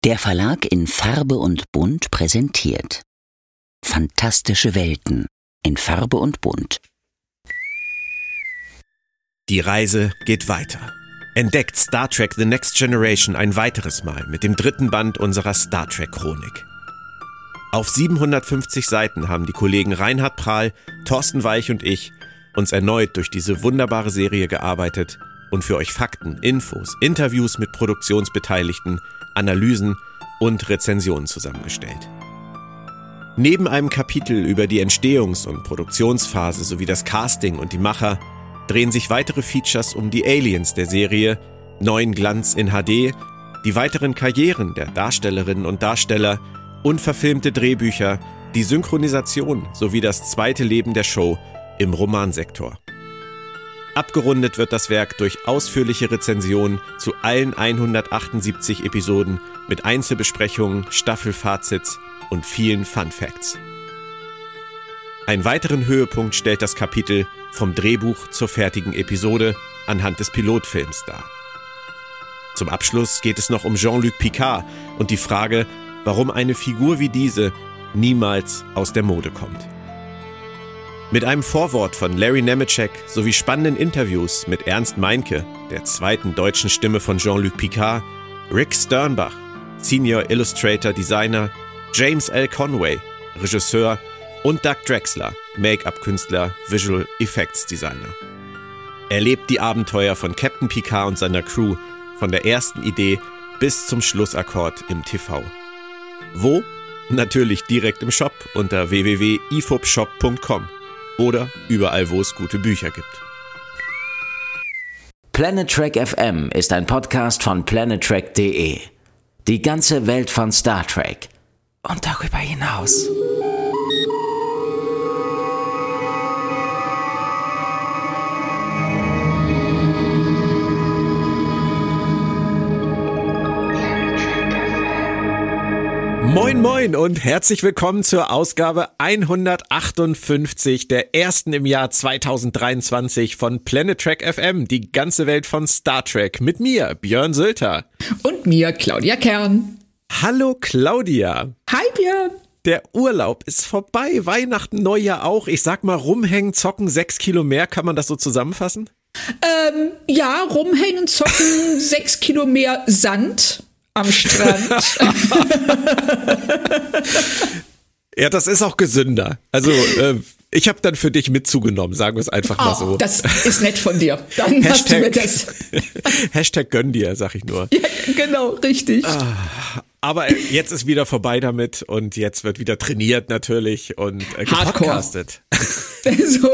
Der Verlag in Farbe und Bunt präsentiert Fantastische Welten in Farbe und Bunt. Die Reise geht weiter. Entdeckt Star Trek The Next Generation ein weiteres Mal mit dem 3. Band unserer Star Trek-Chronik. Auf 750 Seiten haben die Kollegen Reinhard Prahl, Thorsten Weich und ich uns erneut durch diese wunderbare Serie gearbeitet und für euch Fakten, Infos, Interviews mit Produktionsbeteiligten, Analysen und Rezensionen zusammengestellt. Neben einem Kapitel über die Entstehungs- und Produktionsphase sowie das Casting und die Macher drehen sich weitere Features um die Aliens der Serie, neuen Glanz in HD, die weiteren Karrieren der Darstellerinnen und Darsteller, unverfilmte Drehbücher, die Synchronisation sowie das zweite Leben der Show im Romansektor. Abgerundet wird das Werk durch ausführliche Rezensionen zu allen 178 Episoden mit Einzelbesprechungen, Staffelfazits und vielen Fun Facts. Einen weiteren Höhepunkt stellt das Kapitel vom Drehbuch zur fertigen Episode anhand des Pilotfilms dar. Zum Abschluss geht es noch um Jean-Luc Picard und die Frage, warum eine Figur wie diese niemals aus der Mode kommt. Mit einem Vorwort von Larry Nemeczek sowie spannenden Interviews mit Ernst Meinke, der zweiten deutschen Stimme von Jean-Luc Picard, Rick Sternbach, Senior Illustrator Designer, James L. Conway, Regisseur und Doug Drexler, Make-up-Künstler, Visual Effects Designer. Erlebt die Abenteuer von Captain Picard und seiner Crew von der ersten Idee bis zum Schlussakkord im TV. Wo? Natürlich direkt im Shop unter www.ifopshop.com oder überall, wo es gute Bücher gibt. Planet Trek FM ist ein Podcast von planettrek.de. Die ganze Welt von Star Trek und darüber hinaus. Moin moin und herzlich willkommen zur Ausgabe 158, der ersten im Jahr 2023 von Planet Trek FM, die ganze Welt von Star Trek, mit mir, Björn Sülter. Und mir, Claudia Kern. Hallo Claudia. Hi Björn. Der Urlaub ist vorbei, Weihnachten, Neujahr auch. Ich sag mal, rumhängen, zocken, 6 Kilo mehr, kann man das so zusammenfassen? Ja, rumhängen, zocken, 6 Kilo mehr Sand am Strand. Ja, das ist auch gesünder. Also, ich habe dann für dich mit zugenommen, sagen wir es einfach mal so. Das ist nett von dir. Dann hast du mir das. Hashtag gönn dir, sag ich nur. Ja, genau, richtig. Aber jetzt ist wieder vorbei damit und jetzt wird wieder trainiert natürlich und gepodcastet. So.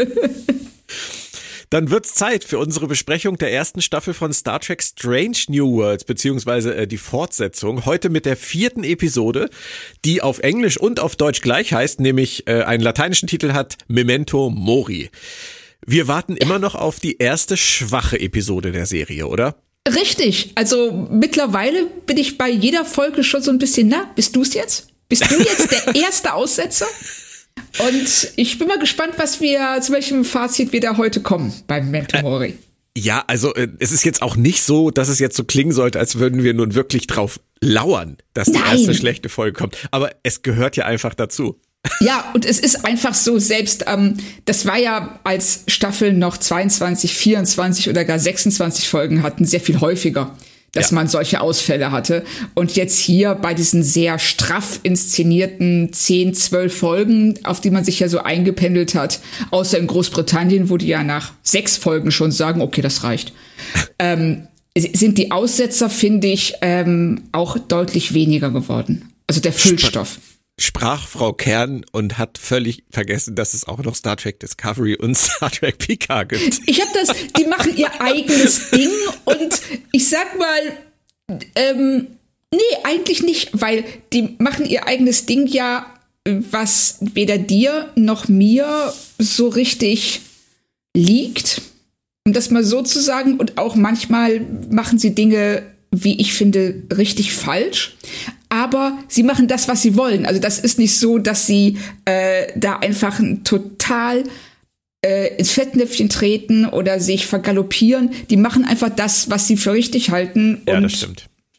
Dann wird's Zeit für unsere Besprechung der ersten Staffel von Star Trek Strange New Worlds, beziehungsweise die Fortsetzung. Heute mit der 4. Episode, die auf Englisch und auf Deutsch gleich heißt, nämlich einen lateinischen Titel hat, Memento Mori. Wir warten immer noch auf die erste schwache Episode der Serie, oder? Richtig. Also mittlerweile bin ich bei jeder Folge schon so ein bisschen, bist du's jetzt? Bist du jetzt der erste Aussetzer? Und ich bin mal gespannt, zu welchem Fazit wir da heute kommen beim Memento Mori. Ja, also es ist jetzt auch nicht so, dass es jetzt so klingen sollte, als würden wir nun wirklich drauf lauern, dass die erste schlechte Folge kommt. Aber es gehört ja einfach dazu. Ja, und es ist einfach so, selbst, das war ja, als Staffeln noch 22, 24 oder gar 26 Folgen hatten, sehr viel häufiger, dass man solche Ausfälle hatte. Und jetzt hier bei diesen sehr straff inszenierten 10, 12 Folgen, auf die man sich ja so eingependelt hat, außer in Großbritannien, wo die ja nach 6 Folgen schon sagen, okay, das reicht, sind die Aussetzer, finde ich, auch deutlich weniger geworden. Also der Füllstoff. Sprach Frau Kern und hat völlig vergessen, dass es auch noch Star Trek Discovery und Star Trek Picard gibt. Die machen ihr eigenes Ding und ich sag mal, nee, eigentlich nicht, weil die machen ihr eigenes Ding ja, was weder dir noch mir so richtig liegt, um das mal so zu sagen, und auch manchmal machen sie Dinge, wie ich finde, richtig falsch. Aber sie machen das, was sie wollen. Also das ist nicht so, dass sie da einfach total ins Fettnäpfchen treten oder sich vergaloppieren. Die machen einfach das, was sie für richtig halten. Ja, das stimmt.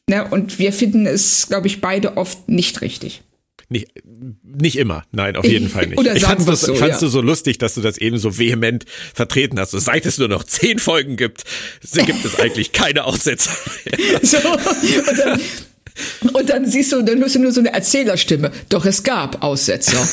Ne? Und wir finden es, glaube ich, beide oft nicht richtig. Nicht immer, nein, auf jeden Fall nicht. Ich fand es so lustig, dass du das eben so vehement vertreten hast. So, seit es nur noch 10 Folgen gibt es eigentlich keine Aussetzer. So, und dann dann hörst du nur so eine Erzählerstimme. Doch es gab Aussetzer.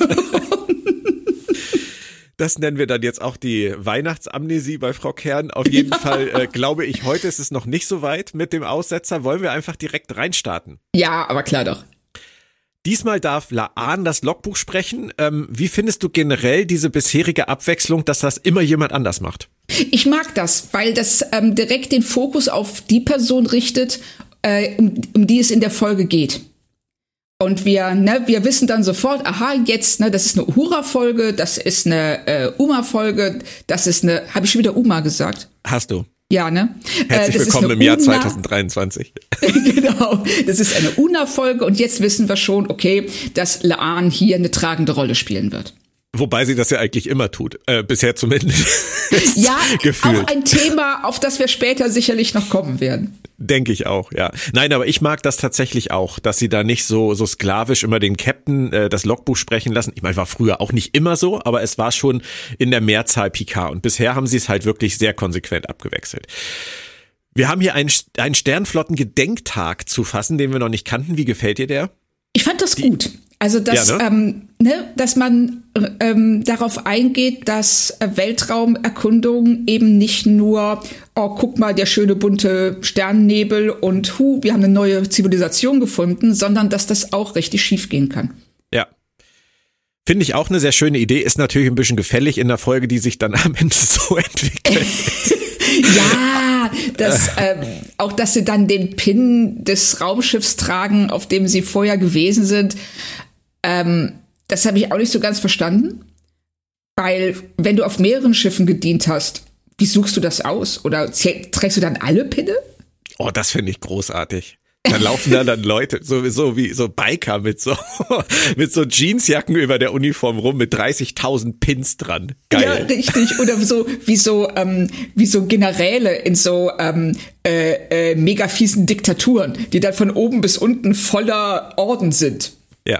Das nennen wir dann jetzt auch die Weihnachtsamnesie bei Frau Kern. Auf jeden Fall glaube ich, heute ist es noch nicht so weit mit dem Aussetzer. Wollen wir einfach direkt reinstarten? Ja, aber klar doch. Diesmal darf La'an das Logbuch sprechen. Wie findest du generell diese bisherige Abwechslung, dass das immer jemand anders macht? Ich mag das, weil das direkt den Fokus auf die Person richtet, um die es in der Folge geht. Und wir wissen dann sofort, aha, jetzt, das ist eine Uhura-Folge, das ist eine Uma-Folge, das ist eine, habe ich schon wieder Uma gesagt? Hast du. Ja, ne? Herzlich willkommen im Jahr 2023. Genau, das ist eine Una-Folge und jetzt wissen wir schon, okay, dass La'an hier eine tragende Rolle spielen wird. Wobei sie das ja eigentlich immer tut, bisher zumindest. Ja, gefühlt. Auch ein Thema, auf das wir später sicherlich noch kommen werden. Denke ich auch, ja. Nein, aber ich mag das tatsächlich auch, dass sie da nicht so sklavisch immer den Captain das Logbuch sprechen lassen. Ich meine, war früher auch nicht immer so, aber es war schon in der Mehrzahl Picard. Und bisher haben sie es halt wirklich sehr konsequent abgewechselt. Wir haben hier einen Sternflotten-Gedenktag zu fassen, den wir noch nicht kannten. Wie gefällt dir der? Ich fand das gut. Also, dass, dass man darauf eingeht, dass Weltraumerkundung eben nicht nur, oh, guck mal, der schöne bunte Sternennebel und wir haben eine neue Zivilisation gefunden, sondern dass das auch richtig schief gehen kann. Ja. Finde ich auch eine sehr schöne Idee. Ist natürlich ein bisschen gefällig in der Folge, die sich dann am Ende so entwickelt. Ja, auch dass sie dann den Pin des Raumschiffs tragen, auf dem sie vorher gewesen sind, das habe ich auch nicht so ganz verstanden. Weil, wenn du auf mehreren Schiffen gedient hast, wie suchst du das aus? Oder trägst du dann alle Pinne? Oh, das finde ich großartig. Da laufen dann Leute, sowieso wie so Biker mit so Jeansjacken über der Uniform rum mit 30.000 Pins dran. Geil. Ja, richtig. Oder wie so Generäle in so mega fiesen Diktaturen, die dann von oben bis unten voller Orden sind. Ja.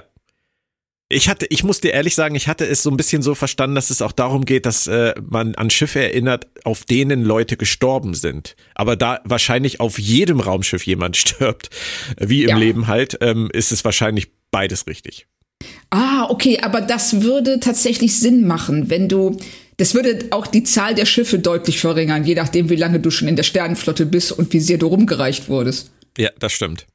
Ich muss dir ehrlich sagen, ich hatte es so ein bisschen so verstanden, dass es auch darum geht, dass man an Schiffe erinnert, auf denen Leute gestorben sind. Aber da wahrscheinlich auf jedem Raumschiff jemand stirbt, wie im Leben halt, ist es wahrscheinlich beides richtig. Ah, okay, aber das würde tatsächlich Sinn machen, das würde auch die Zahl der Schiffe deutlich verringern, je nachdem, wie lange du schon in der Sternenflotte bist und wie sehr du rumgereicht wurdest. Ja, das stimmt.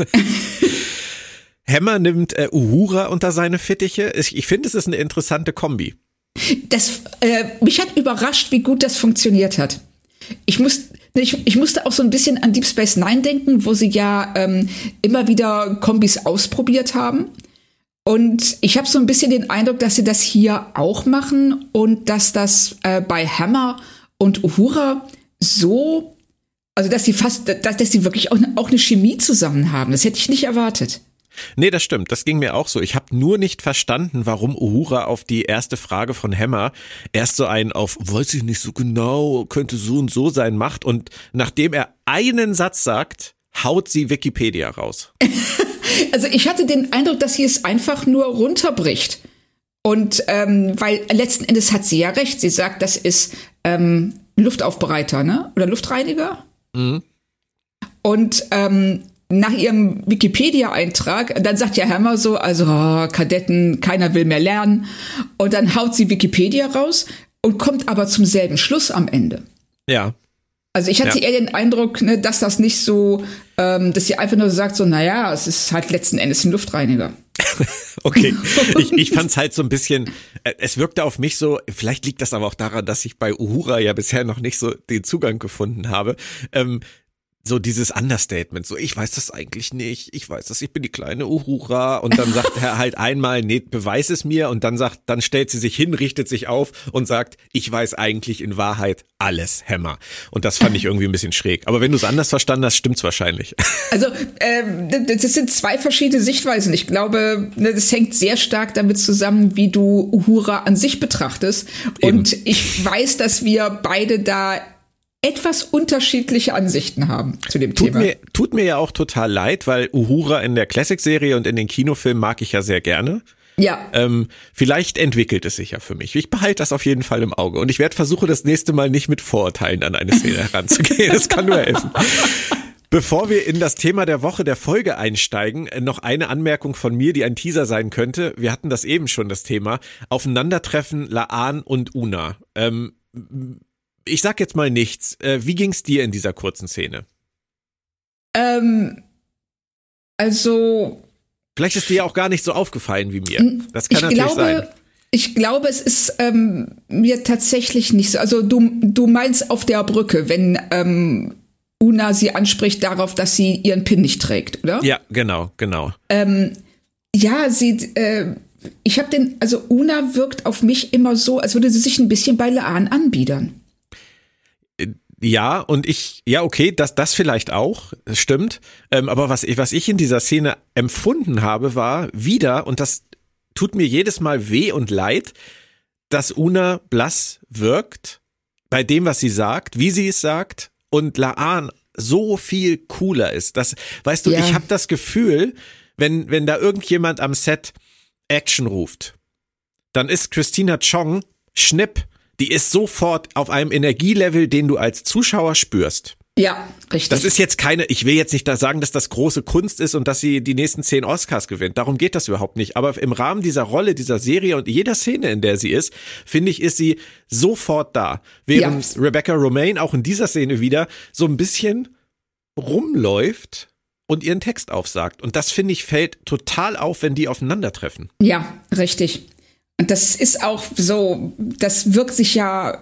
Hemmer nimmt Uhura unter seine Fittiche. Ich finde, es ist eine interessante Kombi. Mich hat überrascht, wie gut das funktioniert hat. Ich musste auch so ein bisschen an Deep Space Nine denken, wo sie ja immer wieder Kombis ausprobiert haben. Und ich habe so ein bisschen den Eindruck, dass sie das hier auch machen und dass das bei Hemmer und Uhura also dass sie wirklich auch eine Chemie zusammen haben. Das hätte ich nicht erwartet. Nee, das stimmt. Das ging mir auch so. Ich habe nur nicht verstanden, warum Uhura auf die erste Frage von Hemmer erst so einen auf, weiß ich nicht so genau, könnte so und so sein, macht. Und nachdem er einen Satz sagt, haut sie Wikipedia raus. Also ich hatte den Eindruck, dass sie es einfach nur runterbricht. Und weil letzten Endes hat sie ja recht. Sie sagt, das ist Luftaufbereiter, ne? Oder Luftreiniger. Mhm. Und nach ihrem Wikipedia-Eintrag, dann sagt ja Hemmer so, also Kadetten, keiner will mehr lernen. Und dann haut sie Wikipedia raus und kommt aber zum selben Schluss am Ende. Ja. Also ich hatte eher den Eindruck, ne, dass das nicht so, dass sie einfach nur sagt, so, naja, es ist halt letzten Endes ein Luftreiniger. Okay, ich fand's halt so ein bisschen, es wirkte auf mich so, vielleicht liegt das aber auch daran, dass ich bei Uhura ja bisher noch nicht so den Zugang gefunden habe, so dieses Understatement, so ich weiß das eigentlich nicht, ich weiß das, ich bin die kleine Uhura und dann sagt er halt einmal, nee, beweis es mir und dann stellt sie sich hin, richtet sich auf und sagt, ich weiß eigentlich in Wahrheit alles, Hemmer. Und das fand ich irgendwie ein bisschen schräg. Aber wenn du es anders verstanden hast, stimmt's wahrscheinlich. Also das sind zwei verschiedene Sichtweisen. Ich glaube, das hängt sehr stark damit zusammen, wie du Uhura an sich betrachtest. Eben. Und ich weiß, dass wir beide da etwas unterschiedliche Ansichten haben zu dem Thema. Tut mir ja auch total leid, weil Uhura in der Classic-Serie und in den Kinofilmen mag ich ja sehr gerne. Ja. Vielleicht entwickelt es sich ja für mich. Ich behalte das auf jeden Fall im Auge. Und ich werde versuchen, das nächste Mal nicht mit Vorurteilen an eine Szene heranzugehen. Das kann nur helfen. Bevor wir in das Thema der Woche der Folge einsteigen, noch eine Anmerkung von mir, die ein Teaser sein könnte. Wir hatten das eben schon, das Thema. Aufeinandertreffen La'an und Una. Ich sag jetzt mal nichts. Wie ging's dir in dieser kurzen Szene? Also... Vielleicht ist dir ja auch gar nicht so aufgefallen wie mir. Das kann natürlich sein. Ich glaube, es ist mir tatsächlich nicht so. Also du meinst auf der Brücke, wenn Una sie anspricht darauf, dass sie ihren Pin nicht trägt, oder? Ja, genau. Ja, also Una wirkt auf mich immer so, als würde sie sich ein bisschen bei La'an anbiedern. Ja, okay, das vielleicht auch, das stimmt. Aber was ich in dieser Szene empfunden habe, war wieder, und das tut mir jedes Mal weh und leid, dass Una blass wirkt bei dem, was sie sagt, wie sie es sagt, und La'an so viel cooler ist. Das, weißt du, Ich habe das Gefühl, wenn da irgendjemand am Set Action ruft, dann ist Christina Chong Schnipp. Die ist sofort auf einem Energielevel, den du als Zuschauer spürst. Ja, richtig. Das ist jetzt ich will jetzt nicht da sagen, dass das große Kunst ist und dass sie die nächsten 10 Oscars gewinnt. Darum geht das überhaupt nicht. Aber im Rahmen dieser Rolle, dieser Serie und jeder Szene, in der sie ist, finde ich, ist sie sofort da. Während Rebecca Romijn auch in dieser Szene wieder so ein bisschen rumläuft und ihren Text aufsagt. Und das, finde ich, fällt total auf, wenn die aufeinandertreffen. Ja, richtig. Und das ist auch so, das wirkt sich ja,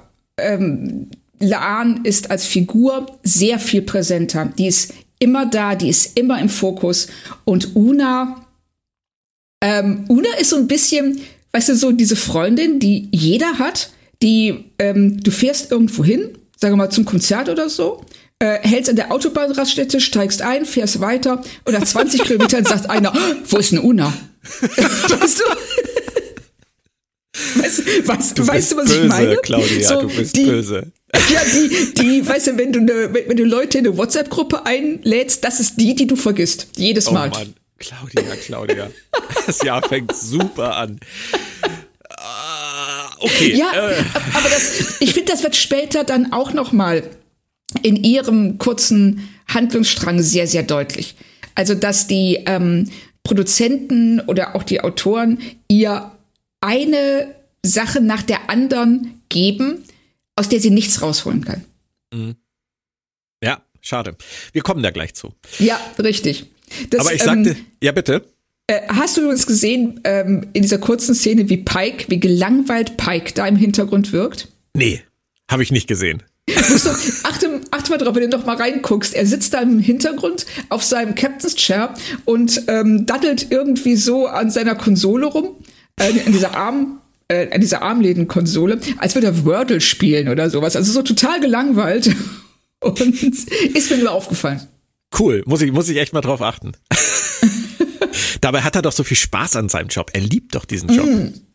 La'an ist als Figur sehr viel präsenter. Die ist immer da, die ist immer im Fokus. Und Una ist so ein bisschen, weißt du, so diese Freundin, die jeder hat, die, du fährst irgendwo hin, sagen wir mal zum Konzert oder so, hältst an der Autobahnraststätte, steigst ein, fährst weiter und nach 20 Kilometern sagt einer, wo ist denn Una? Weißt du? Weißt du, was böse, ich meine? Claudia, so, du bist böse. Ja, die, weißt du, wenn du Leute in eine WhatsApp-Gruppe einlädst, das ist die du vergisst. Jedes Mal. Oh Mann, Claudia. Das Jahr fängt super an. Okay. Ja, aber ich finde, das wird später dann auch noch mal in ihrem kurzen Handlungsstrang sehr, sehr deutlich. Also, dass die Produzenten oder auch die Autoren ihr eine Sache nach der anderen geben, aus der sie nichts rausholen kann. Ja, schade. Wir kommen da gleich zu. Ja, richtig. Aber ich sagte, ja bitte. Hast du übrigens gesehen, in dieser kurzen Szene, wie gelangweilt Pike da im Hintergrund wirkt? Nee, habe ich nicht gesehen. Achte mal drauf, wenn du noch mal reinguckst. Er sitzt da im Hintergrund auf seinem Captain's Chair und daddelt irgendwie so an seiner Konsole rum. An dieser Armlädenkonsole, als würde er Wordle spielen oder sowas. Also so total gelangweilt. Und ist mir nur aufgefallen. Cool, muss ich echt mal drauf achten. Dabei hat er doch so viel Spaß an seinem Job. Er liebt doch diesen Job.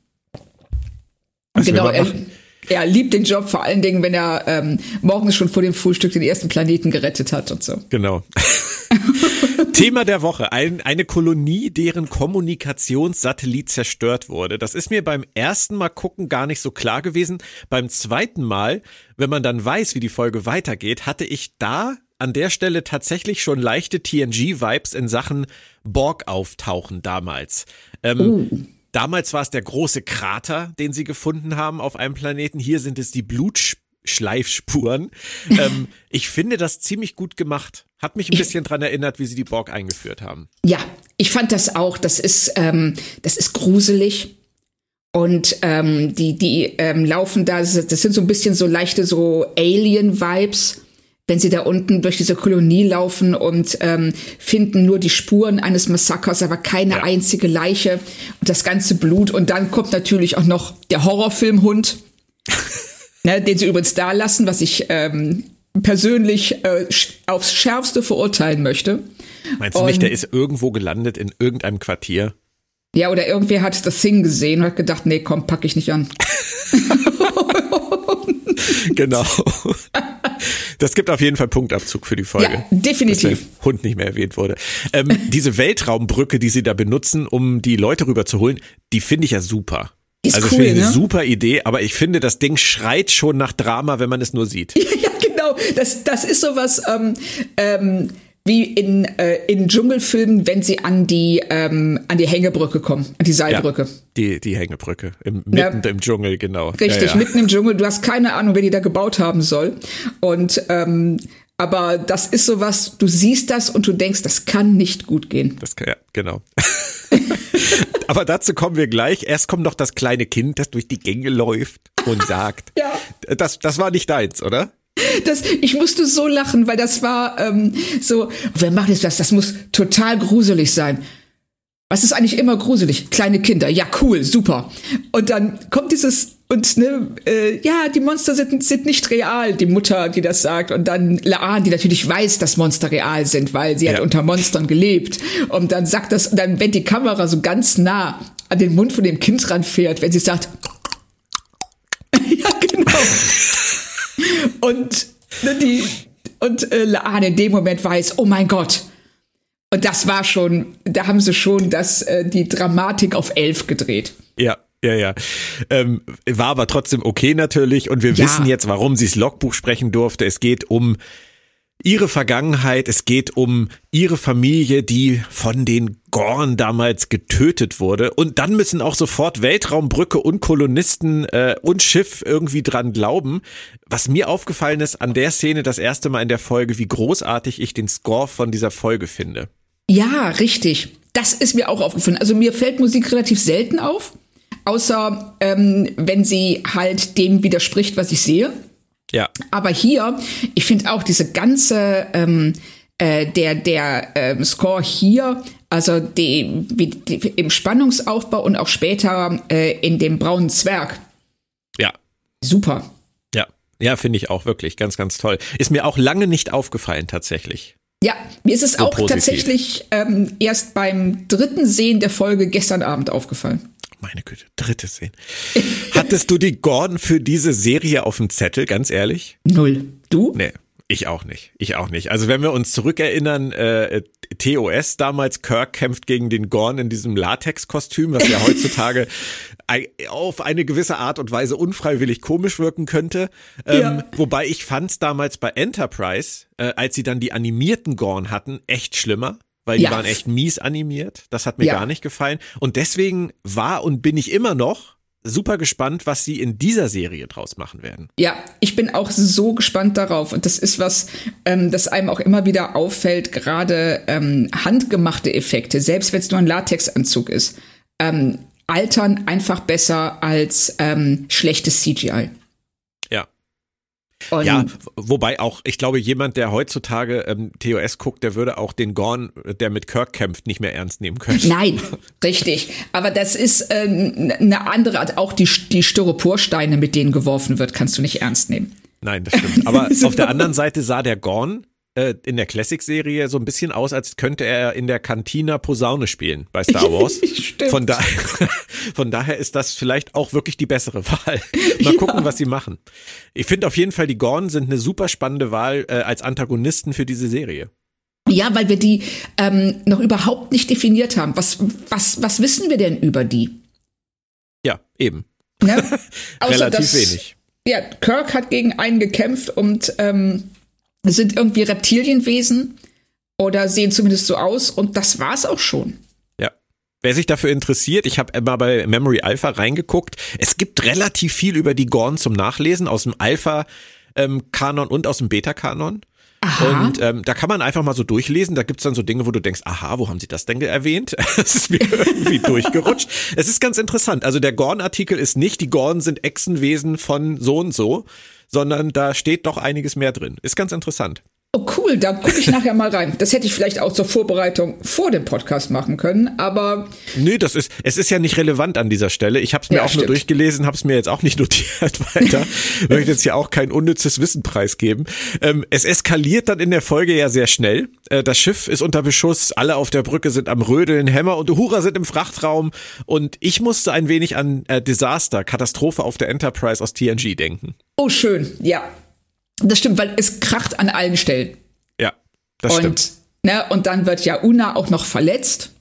Genau, er liebt den Job, vor allen Dingen, wenn er morgens schon vor dem Frühstück den ersten Planeten gerettet hat und so. Genau. Thema der Woche, eine Kolonie, deren Kommunikationssatellit zerstört wurde. Das ist mir beim ersten Mal gucken gar nicht so klar gewesen. Beim zweiten Mal, wenn man dann weiß, wie die Folge weitergeht, hatte ich da an der Stelle tatsächlich schon leichte TNG-Vibes in Sachen Borg auftauchen damals. Damals war es der große Krater, den sie gefunden haben auf einem Planeten. Hier sind es die Blutschleifspuren. Ich finde das ziemlich gut gemacht. Hat mich ein bisschen dran erinnert, wie sie die Borg eingeführt haben. Ja, ich fand das auch. Das ist gruselig. Und die laufen da, das sind so ein bisschen so leichte so Alien-Vibes, wenn sie da unten durch diese Kolonie laufen und finden nur die Spuren eines Massakers, aber keine einzige Leiche und das ganze Blut. Und dann kommt natürlich auch noch der Horrorfilmhund, ne, den sie übrigens da lassen, was ich persönlich aufs Schärfste verurteilen möchte. Meinst du nicht, der ist irgendwo gelandet in irgendeinem Quartier? Ja, oder irgendwer hat das Thing gesehen und hat gedacht, nee, komm, pack ich nicht an. Genau. Das gibt auf jeden Fall Punktabzug für die Folge. Ja, definitiv. Dass der Hund nicht mehr erwähnt wurde. Diese Weltraumbrücke, die sie da benutzen, um die Leute rüberzuholen, die finde ich ja super. Ist also cool, finde ich eine ne? super Idee, aber ich finde, das Ding schreit schon nach Drama, wenn man es nur sieht. Ja, genau. Das ist sowas wie in Dschungelfilmen, wenn sie an die Hängebrücke kommen, an die Seilbrücke. Ja, die Hängebrücke, mitten im Dschungel, genau. Richtig, mitten im Dschungel. Du hast keine Ahnung, wer die da gebaut haben soll. Und aber das ist sowas, du siehst das und du denkst, das kann nicht gut gehen. Ja, genau. Aber dazu kommen wir gleich. Erst kommt noch das kleine Kind, das durch die Gänge läuft und sagt, ja. Das war nicht deins, oder? Ich musste so lachen, weil das war so, wer macht jetzt das? Das muss total gruselig sein. Was ist eigentlich immer gruselig? Kleine Kinder, ja cool, super. Und dann kommt dieses, und die Monster sind nicht real, die Mutter, die das sagt. Und dann Laan, die natürlich weiß, dass Monster real sind, weil sie hat unter Monstern gelebt. Und dann sagt das, und dann, wenn die Kamera so ganz nah an den Mund von dem Kind ranfährt, wenn sie sagt, ja genau. Und Laan in dem Moment weiß, oh mein Gott. Und das war schon, da haben sie schon die Dramatik auf 11 gedreht. Ja. War aber trotzdem okay natürlich. Und wir wissen jetzt, warum sie das Logbuch sprechen durfte. Es geht um ihre Vergangenheit, es geht um ihre Familie, die von den Gorn damals getötet wurde. Und dann müssen auch sofort Weltraumbrücke und Kolonisten und Schiff irgendwie dran glauben. Was mir aufgefallen ist an der Szene das erste Mal in der Folge, wie großartig ich den Score von dieser Folge finde. Ja, richtig. Das ist mir auch aufgefallen. Also mir fällt Musik relativ selten auf, außer wenn sie halt dem widerspricht, was ich sehe. Ja. Aber hier, ich finde auch diese ganze, der Score hier, also im Spannungsaufbau und auch später in dem braunen Zwerg. Ja. Super. Ja, finde ich auch wirklich ganz, ganz toll. Ist mir auch lange nicht aufgefallen tatsächlich. Ja, mir ist es so auch positiv. Tatsächlich erst beim 3. Sehen der Folge gestern Abend aufgefallen. Meine Güte, 3. Sehen. Hattest du die Gorn für diese Serie auf dem Zettel, ganz ehrlich? 0. Du? Nee, ich auch nicht. Also wenn wir uns zurückerinnern, TOS damals, Kirk kämpft gegen den Gorn in diesem Latex-Kostüm, was ja heutzutage auf eine gewisse Art und Weise unfreiwillig komisch wirken könnte. Wobei ich fand's damals bei Enterprise, als sie dann die animierten Gorn hatten, echt schlimmer. Weil die waren echt mies animiert. Das hat mir gar nicht gefallen. Und deswegen war und bin ich immer noch super gespannt, was sie in dieser Serie draus machen werden. Ja, ich bin auch so gespannt darauf. Und das ist was, das einem auch immer wieder auffällt, gerade handgemachte Effekte, selbst wenn es nur ein Latexanzug ist, altern einfach besser als schlechtes CGI. Und ja, wobei auch, ich glaube, jemand, der heutzutage TOS guckt, der würde auch den Gorn, der mit Kirk kämpft, nicht mehr ernst nehmen können. Nein, richtig. Aber das ist eine andere Art. Auch die Styroporsteine, mit denen geworfen wird, kannst du nicht ernst nehmen. Nein, das stimmt. Aber auf der anderen Seite sah der Gorn in der Classic-Serie so ein bisschen aus, als könnte er in der Cantina Posaune spielen bei Star Wars. Stimmt. Von daher ist das vielleicht auch wirklich die bessere Wahl. Mal gucken, was sie machen. Ich finde auf jeden Fall, die Gorn sind eine super spannende Wahl als Antagonisten für diese Serie. Ja, weil wir die noch überhaupt nicht definiert haben. Was wissen wir denn über die? Ja, eben. Ne? Relativ wenig. Ja, Kirk hat gegen einen gekämpft und sind irgendwie Reptilienwesen oder sehen zumindest so aus und das war's auch schon. Ja. Wer sich dafür interessiert, ich habe immer bei Memory Alpha reingeguckt. Es gibt relativ viel über die Gorn zum Nachlesen aus dem Alpha-Kanon und aus dem Beta-Kanon. Aha. Und da kann man einfach mal so durchlesen. Da gibt's dann so Dinge, wo du denkst, aha, wo haben sie das denn erwähnt? Das ist mir irgendwie durchgerutscht. Es ist ganz interessant. Also der Gorn-Artikel ist nicht, die Gorn sind Echsenwesen von so und so, sondern da steht doch einiges mehr drin. Ist ganz interessant. Oh cool, da gucke ich nachher mal rein. Das hätte ich vielleicht auch zur Vorbereitung vor dem Podcast machen können, aber... Nö, es ist ja nicht relevant an dieser Stelle. Ich habe es mir auch nur durchgelesen, habe es mir jetzt auch nicht notiert weiter. Möchte jetzt ja auch kein unnützes Wissen preisgeben. Es eskaliert dann in der Folge ja sehr schnell. Das Schiff ist unter Beschuss, alle auf der Brücke sind am Rödeln, Hämmer und Uhura sind im Frachtraum und ich musste ein wenig an Disaster, Katastrophe auf der Enterprise aus TNG denken. Oh schön, ja. Das stimmt, weil es kracht an allen Stellen. Ja, das stimmt. Ne, und dann wird ja Una auch noch verletzt.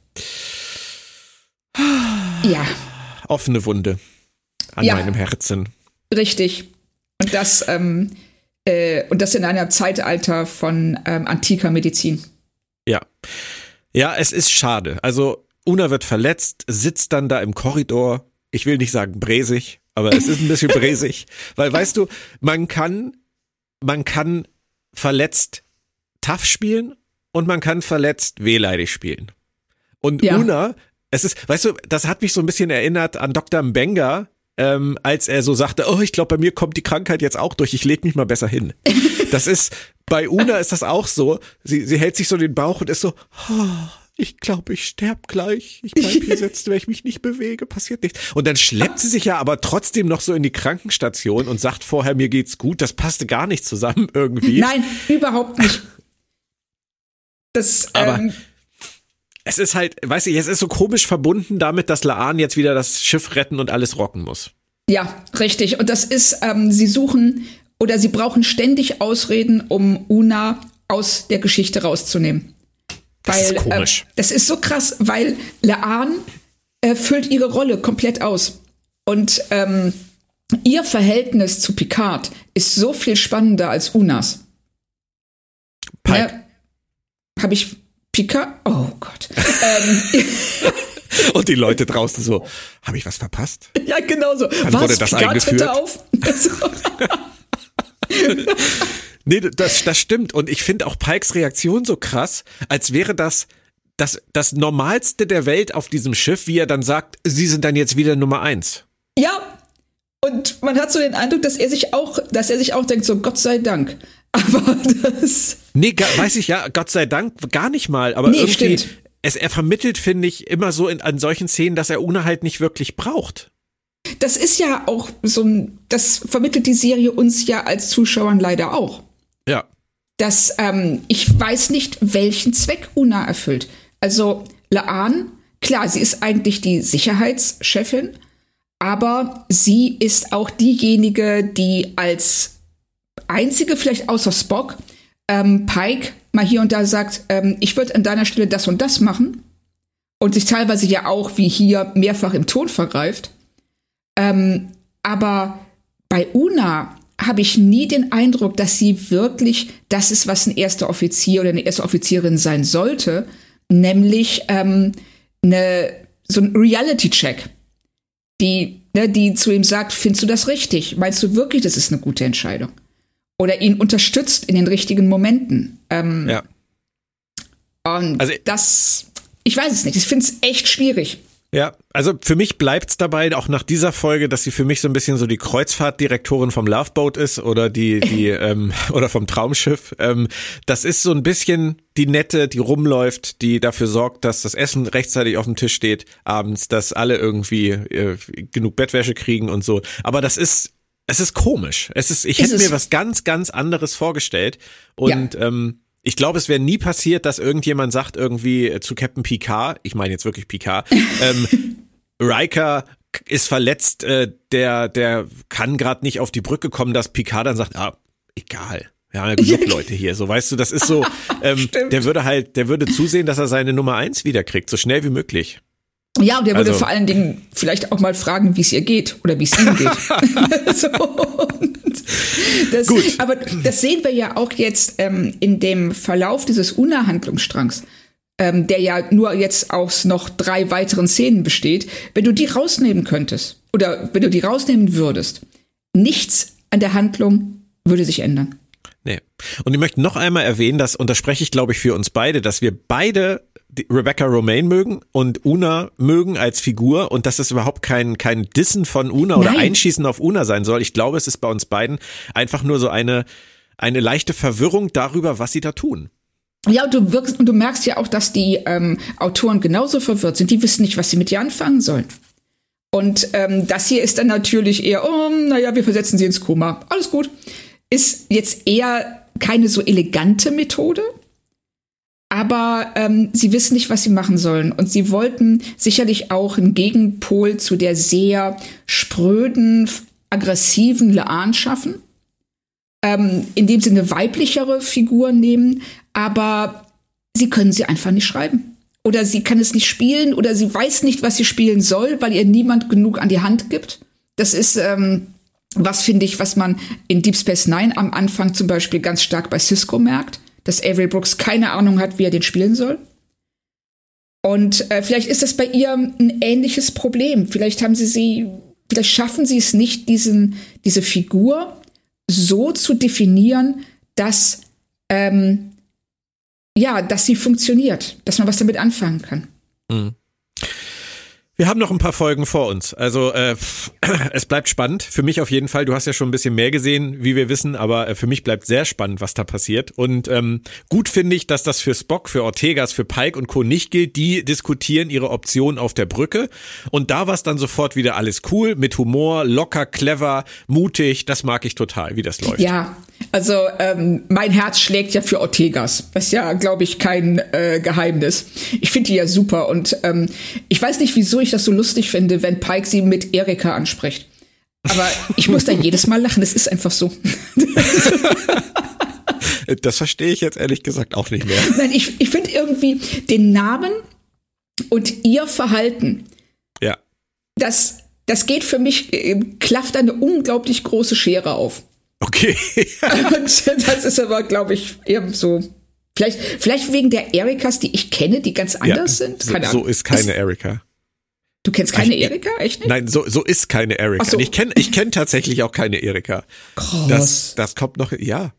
Ja. Offene Wunde an meinem Herzen. Richtig. Und das in einem Zeitalter von antiker Medizin. Ja. Ja, es ist schade. Also Una wird verletzt, sitzt dann da im Korridor. Ich will nicht sagen bräsig, aber es ist ein bisschen bräsig. Weil, weißt du, man kann verletzt tough spielen und man kann verletzt wehleidig spielen. Und Una, es ist, weißt du, das hat mich so ein bisschen erinnert an Dr. Mbenga, als er so sagte, oh, ich glaube, bei mir kommt die Krankheit jetzt auch durch, ich leg mich mal besser hin. Das ist, bei Una ist das auch so, sie hält sich so den Bauch und ist so, oh, ich glaube, ich sterb gleich, ich bleib hier sitzen, wenn ich mich nicht bewege, passiert nichts. Und dann schleppt sie sich ja aber trotzdem noch so in die Krankenstation und sagt vorher, mir geht's gut, das passte gar nicht zusammen irgendwie. Nein, überhaupt nicht. Aber es ist halt, weiß ich, es ist so komisch verbunden damit, dass La'an jetzt wieder das Schiff retten und alles rocken muss. Ja, richtig. Und das ist, sie brauchen ständig Ausreden, um Una aus der Geschichte rauszunehmen. Das ist komisch. Das ist so krass, weil La'an füllt ihre Rolle komplett aus. Und ihr Verhältnis zu Picard ist so viel spannender als Unas. Pike. Habe ich Picard? Oh Gott. Und die Leute draußen so, habe ich was verpasst? Ja, genau so. Dann was? wurde das Picard eingeführt? tritt auf? Nee, das stimmt. Und ich finde auch Pikes Reaktion so krass, als wäre das Normalste der Welt auf diesem Schiff, wie er dann sagt, sie sind dann jetzt wieder Nummer 1. Ja. Und man hat so den Eindruck, dass er sich auch denkt, so Gott sei Dank. Aber das... Nee, weiß ich ja, Gott sei Dank, gar nicht mal. Aber irgendwie, stimmt. Er vermittelt, finde ich, immer so an solchen Szenen, dass er Una halt nicht wirklich braucht. Das ist ja auch das vermittelt die Serie uns ja als Zuschauern leider auch. Ja. Dass, ich weiß nicht, welchen Zweck Una erfüllt. Also, La'an, klar, sie ist eigentlich die Sicherheitschefin, aber sie ist auch diejenige, die als einzige, vielleicht außer Spock, Pike mal hier und da sagt, ich würde an deiner Stelle das und das machen. Und sich teilweise ja auch, wie hier, mehrfach im Ton vergreift. Aber bei Una habe ich nie den Eindruck, dass sie wirklich das ist, was ein erster Offizier oder eine erste Offizierin sein sollte, nämlich so ein Reality-Check, die zu ihm sagt, findest du das richtig? Meinst du wirklich, das ist eine gute Entscheidung? Oder ihn unterstützt in den richtigen Momenten. Ja. Und also, ich weiß es nicht, ich finde es echt schwierig. Ja, also für mich bleibt's dabei, auch nach dieser Folge, dass sie für mich so ein bisschen so die Kreuzfahrtdirektorin vom Loveboat ist oder die oder vom Traumschiff. Das ist so ein bisschen die Nette, die rumläuft, die dafür sorgt, dass das Essen rechtzeitig auf dem Tisch steht abends, dass alle irgendwie genug Bettwäsche kriegen und so. Aber es ist komisch. Ich hätte mir was ganz, ganz anderes vorgestellt und ich glaube, es wäre nie passiert, dass irgendjemand sagt irgendwie zu Captain Picard, ich meine jetzt wirklich Picard, Riker ist verletzt, der kann gerade nicht auf die Brücke kommen, dass Picard dann sagt, egal, wir haben ja genug Leute hier, so weißt du, das ist so, der würde zusehen, dass er seine Nummer 1 wiederkriegt, so schnell wie möglich. Ja, und der würde vor allen Dingen vielleicht auch mal fragen, wie es ihr geht oder wie es ihm geht. Gut. Aber das sehen wir ja auch jetzt in dem Verlauf dieses Una-Handlungsstrangs, der ja nur jetzt aus noch 3 weiteren Szenen besteht. Wenn du die rausnehmen könntest oder wenn du die rausnehmen würdest, nichts an der Handlung würde sich ändern. Nee. Und ich möchte noch einmal erwähnen, und da spreche ich, glaube ich, für uns beide, dass wir beide Rebecca Romijn mögen und Una mögen als Figur und dass es überhaupt kein Dissen von Una oder Einschießen auf Una sein soll. Ich glaube, es ist bei uns beiden einfach nur so eine leichte Verwirrung darüber, was sie da tun. Ja, und du merkst ja auch, dass die Autoren genauso verwirrt sind. Die wissen nicht, was sie mit dir anfangen sollen. Und das hier ist dann natürlich eher, wir versetzen sie ins Koma. Alles gut. Ist jetzt eher keine so elegante Methode. Aber sie wissen nicht, was sie machen sollen. Und sie wollten sicherlich auch einen Gegenpol zu der sehr spröden, aggressiven La'an schaffen. in dem sie eine weiblichere Figur nehmen, aber sie können sie einfach nicht schreiben. Oder sie kann es nicht spielen oder sie weiß nicht, was sie spielen soll, weil ihr niemand genug an die Hand gibt. Das ist was, finde ich, was man in Deep Space Nine am Anfang zum Beispiel ganz stark bei Sisko merkt, dass Avery Brooks keine Ahnung hat, wie er den spielen soll. Und vielleicht ist das bei ihr ein ähnliches Problem. Vielleicht schaffen sie es nicht, diese Figur so zu definieren, dass sie funktioniert, dass man was damit anfangen kann. Mhm. Wir haben noch ein paar Folgen vor uns. Also es bleibt spannend. Für mich auf jeden Fall. Du hast ja schon ein bisschen mehr gesehen, wie wir wissen, aber für mich bleibt sehr spannend, was da passiert. Und gut finde ich, dass das für Spock, für Ortegas, für Pike und Co. nicht gilt. Die diskutieren ihre Optionen auf der Brücke. Und da war es dann sofort wieder alles cool, mit Humor, locker, clever, mutig. Das mag ich total, wie das läuft. Ja, also mein Herz schlägt ja für Ortegas. Das ist ja, glaube ich, kein Geheimnis. Ich finde die ja super und ich weiß nicht, wieso ich das so lustig finde, wenn Pike sie mit Erika anspricht. Aber ich muss da jedes Mal lachen, das ist einfach so. Das verstehe ich jetzt ehrlich gesagt auch nicht mehr. Nein, ich finde irgendwie den Namen und ihr Verhalten, ja, das geht für mich, klafft eine unglaublich große Schere auf. Okay. Und das ist aber, glaube ich, eher so. Vielleicht wegen der Erikas, die ich kenne, die ganz anders sind. Keine Ahnung. So ist keine Erika. Du kennst keine Erika? Echt nicht? Nein, so ist keine Erika. So. Ich kenn tatsächlich auch keine Erika. Krass. Das kommt noch, ja.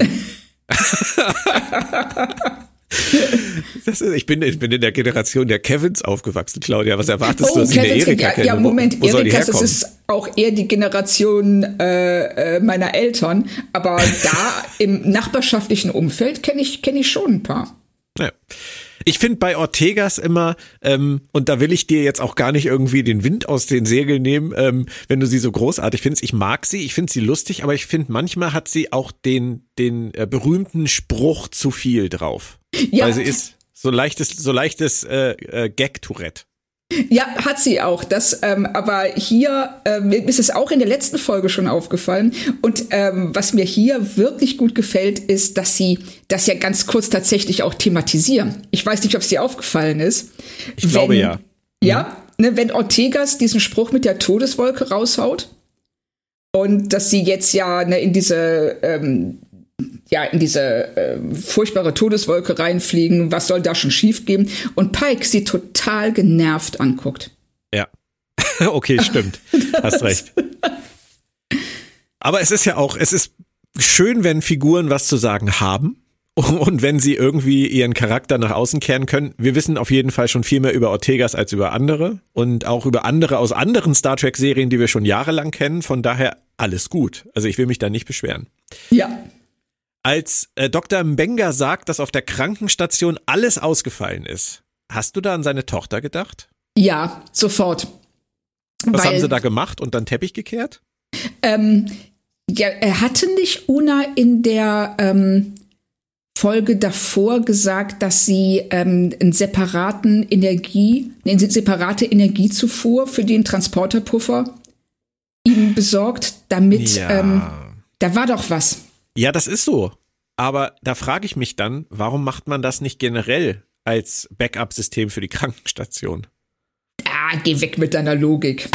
Ich bin in der Generation der Kevins aufgewachsen, Claudia. Was erwartest du, dass ich eine Erika kenne? Ja, Moment, wo Erika, das ist auch eher die Generation meiner Eltern. Aber da im nachbarschaftlichen Umfeld kenne ich schon ein paar. Ja. Ich finde bei Ortegas immer, und da will ich dir jetzt auch gar nicht irgendwie den Wind aus den Segeln nehmen, wenn du sie so großartig findest. Ich mag sie, ich finde sie lustig, aber ich finde, manchmal hat sie auch den berühmten Spruch zu viel drauf. Ja. Weil sie ist so leichtes Gag-Tourette. Ja, hat sie auch. Aber hier mir ist es auch in der letzten Folge schon aufgefallen. Und was mir hier wirklich gut gefällt, ist, dass sie das ja ganz kurz tatsächlich auch thematisieren. Ich weiß nicht, ob es dir aufgefallen ist. Ich glaube ja. Ja, wenn Ortegas diesen Spruch mit der Todeswolke raushaut und dass sie jetzt ja in diese furchtbare Todeswolke reinfliegen, was soll da schon schief gehen? Und Pike sie total genervt anguckt. Ja, okay, stimmt. Hast recht. Aber es ist schön, wenn Figuren was zu sagen haben und wenn sie irgendwie ihren Charakter nach außen kehren können. Wir wissen auf jeden Fall schon viel mehr über Ortegas als über andere und auch über andere aus anderen Star Trek-Serien, die wir schon jahrelang kennen. Von daher alles gut. Also ich will mich da nicht beschweren. Ja. Als Dr. Mbenga sagt, dass auf der Krankenstation alles ausgefallen ist, hast du da an seine Tochter gedacht? Ja, sofort. Was haben sie da gemacht und dann Teppich gekehrt? Er hatte nicht Una in der Folge davor gesagt, dass sie eine separate Energiezufuhr für den Transporterpuffer ihm besorgt, damit da war doch was. Ja, das ist so. Aber da frage ich mich dann, warum macht man das nicht generell als Backup-System für die Krankenstation? Geh weg mit deiner Logik.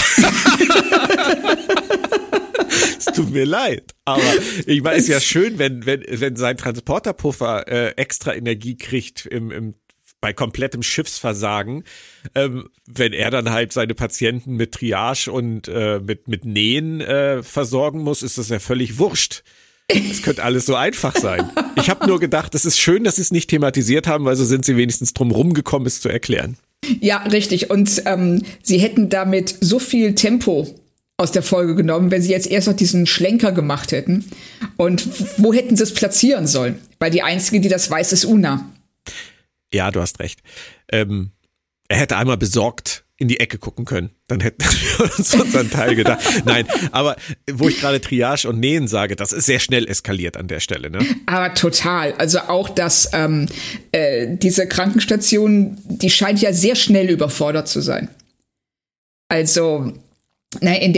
Es tut mir leid, aber ich meine, es ist ja schön, wenn sein Transporterpuffer extra Energie kriegt bei komplettem Schiffsversagen, wenn er dann halt seine Patienten mit Triage und mit Nähen versorgen muss, ist das ja völlig wurscht. Es könnte alles so einfach sein. Ich habe nur gedacht, es ist schön, dass sie es nicht thematisiert haben, weil so sind sie wenigstens drum rumgekommen, es zu erklären. Ja, richtig. Und sie hätten damit so viel Tempo aus der Folge genommen, wenn sie jetzt erst noch diesen Schlenker gemacht hätten. Und wo hätten sie es platzieren sollen? Weil die Einzige, die das weiß, ist Una. Ja, du hast recht. Er hätte einmal besorgt in die Ecke gucken können. Dann hätten wir uns unseren Teil gedacht. Nein, aber wo ich gerade Triage und Nähen sage, das ist sehr schnell eskaliert an der Stelle, ne? Aber total. Also auch, dass diese Krankenstation, die scheint ja sehr schnell überfordert zu sein. Also in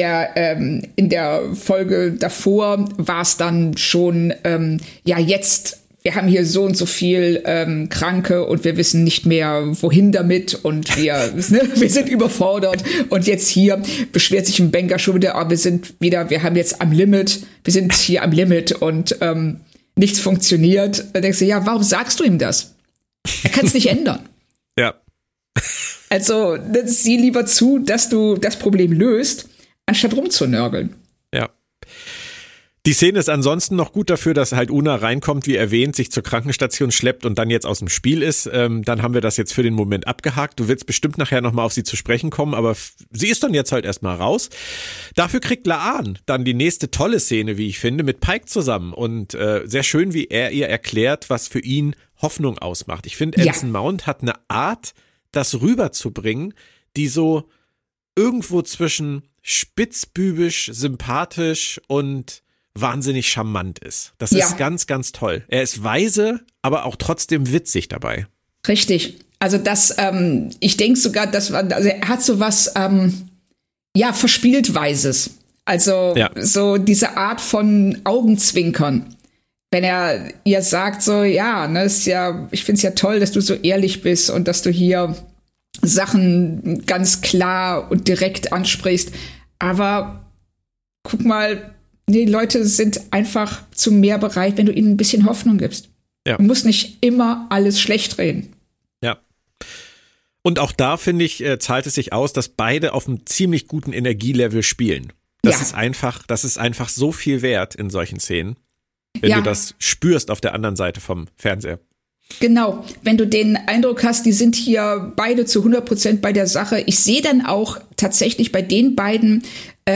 der Folge davor war es dann schon, jetzt, wir haben hier so und so viel Kranke und wir wissen nicht mehr, wohin damit und wir sind überfordert und jetzt hier beschwert sich ein Banker schon wieder, wir haben jetzt wir sind hier am Limit und nichts funktioniert. Da denkst du, ja, warum sagst du ihm das? Er kann es nicht ändern. Ja. Also sieh lieber zu, dass du das Problem löst, anstatt rumzunörgeln. Ja. Die Szene ist ansonsten noch gut dafür, dass halt Una reinkommt, wie erwähnt, sich zur Krankenstation schleppt und dann jetzt aus dem Spiel ist. Dann haben wir das jetzt für den Moment abgehakt. Du willst bestimmt nachher nochmal auf sie zu sprechen kommen, aber sie ist dann jetzt halt erstmal raus. Dafür kriegt La'an dann die nächste tolle Szene, wie ich finde, mit Pike zusammen. Und sehr schön, wie er ihr erklärt, was für ihn Hoffnung ausmacht. Ich finde, Anson Mount hat eine Art, das rüberzubringen, die so irgendwo zwischen spitzbübisch, sympathisch und wahnsinnig charmant ist. Das ist ganz, ganz toll. Er ist weise, aber auch trotzdem witzig dabei. Richtig. Also ich denke sogar, er hat so was, verspielt Weises. Also so diese Art von Augenzwinkern. Wenn er ihr sagt so, ich find's ja toll, dass du so ehrlich bist und dass du hier Sachen ganz klar und direkt ansprichst. Aber guck mal, die Leute sind einfach zu mehr bereit, wenn du ihnen ein bisschen Hoffnung gibst. Ja. Du musst nicht immer alles schlecht reden. Ja. Und auch da, finde ich, zahlt es sich aus, dass beide auf einem ziemlich guten Energielevel spielen. Das ist einfach so viel wert in solchen Szenen, wenn du das spürst auf der anderen Seite vom Fernseher. Genau, wenn du den Eindruck hast, die sind hier beide zu 100% bei der Sache. Ich sehe dann auch tatsächlich bei den beiden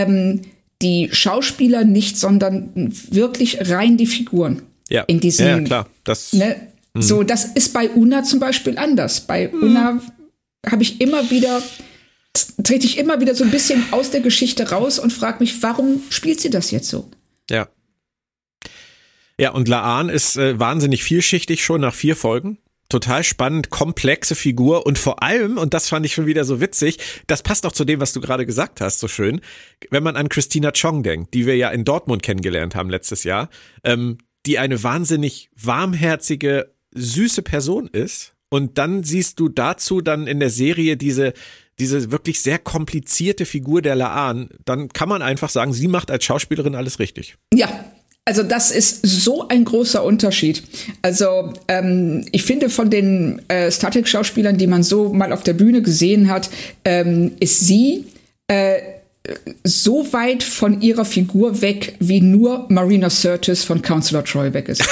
die Schauspieler nicht, sondern wirklich rein die Figuren. Ja, in diesen, ja klar. Das ist bei Una zum Beispiel anders. Bei Una trete ich immer wieder so ein bisschen aus der Geschichte raus und frage mich, warum spielt sie das jetzt so? Ja. Ja, und La'an ist wahnsinnig vielschichtig schon nach 4 Folgen. Total spannend, komplexe Figur und vor allem, und das fand ich schon wieder so witzig, das passt auch zu dem, was du gerade gesagt hast, so schön, wenn man an Christina Chong denkt, die wir ja in Dortmund kennengelernt haben letztes Jahr, die eine wahnsinnig warmherzige, süße Person ist und dann siehst du dazu dann in der Serie diese wirklich sehr komplizierte Figur der La'an, dann kann man einfach sagen, sie macht als Schauspielerin alles richtig. Ja. Also das ist so ein großer Unterschied. Also ich finde, von den Star Trek-Schauspielern, die man so mal auf der Bühne gesehen hat, ist sie so weit von ihrer Figur weg, wie nur Marina Sirtis von Counselor Troy weg ist.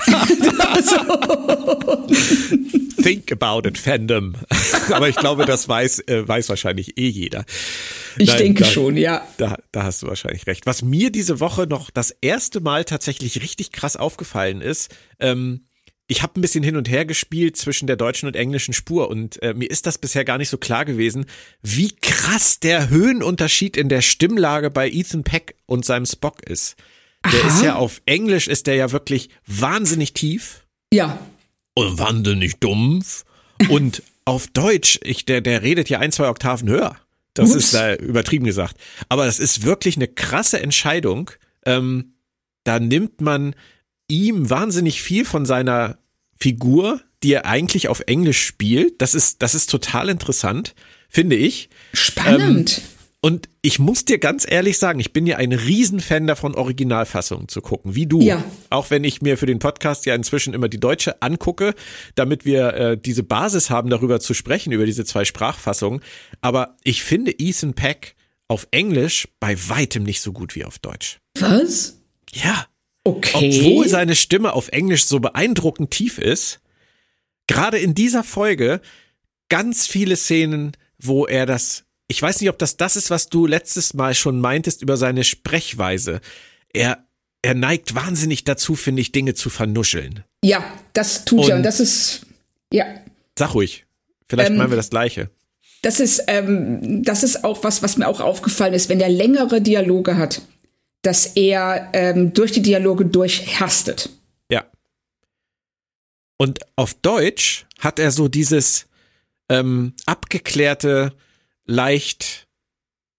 Think about it, Fandom. Aber ich glaube, das weiß wahrscheinlich jeder. Ich denke schon, ja. Da hast du wahrscheinlich recht. Was mir diese Woche noch das erste Mal tatsächlich richtig krass aufgefallen ist, ich habe ein bisschen hin und her gespielt zwischen der deutschen und englischen Spur und mir ist das bisher gar nicht so klar gewesen, wie krass der Höhenunterschied in der Stimmlage bei Ethan Peck und seinem Spock ist. Der ist ja auf Englisch, ist der ja wirklich wahnsinnig tief. Ja. Und wahnsinnig dumpf. Und auf Deutsch, der redet ja 1-2 Oktaven höher. Das ist da übertrieben gesagt. Aber das ist wirklich eine krasse Entscheidung. Da nimmt man ihm wahnsinnig viel von seiner Figur, die er eigentlich auf Englisch spielt. Das ist total interessant, finde ich. Spannend. Und ich muss dir ganz ehrlich sagen, ich bin ja ein Riesenfan davon, Originalfassungen zu gucken, wie du. Ja. Auch wenn ich mir für den Podcast ja inzwischen immer die deutsche angucke, damit wir diese Basis haben, darüber zu sprechen, über diese 2 Sprachfassungen. Aber ich finde Ethan Peck auf Englisch bei weitem nicht so gut wie auf Deutsch. Was? Ja. Okay. Obwohl seine Stimme auf Englisch so beeindruckend tief ist, gerade in dieser Folge ganz viele Szenen, wo er ich weiß nicht, ob das ist, was du letztes Mal schon meintest über seine Sprechweise. Er neigt wahnsinnig dazu, finde ich, Dinge zu vernuscheln. Ja, das tut er und das ist, ja. Sag ruhig, vielleicht meinen wir das Gleiche. Das ist auch was mir auch aufgefallen ist, wenn er längere Dialoge hat, dass er durch die Dialoge durchhastet. Ja. Und auf Deutsch hat er so dieses abgeklärte, leicht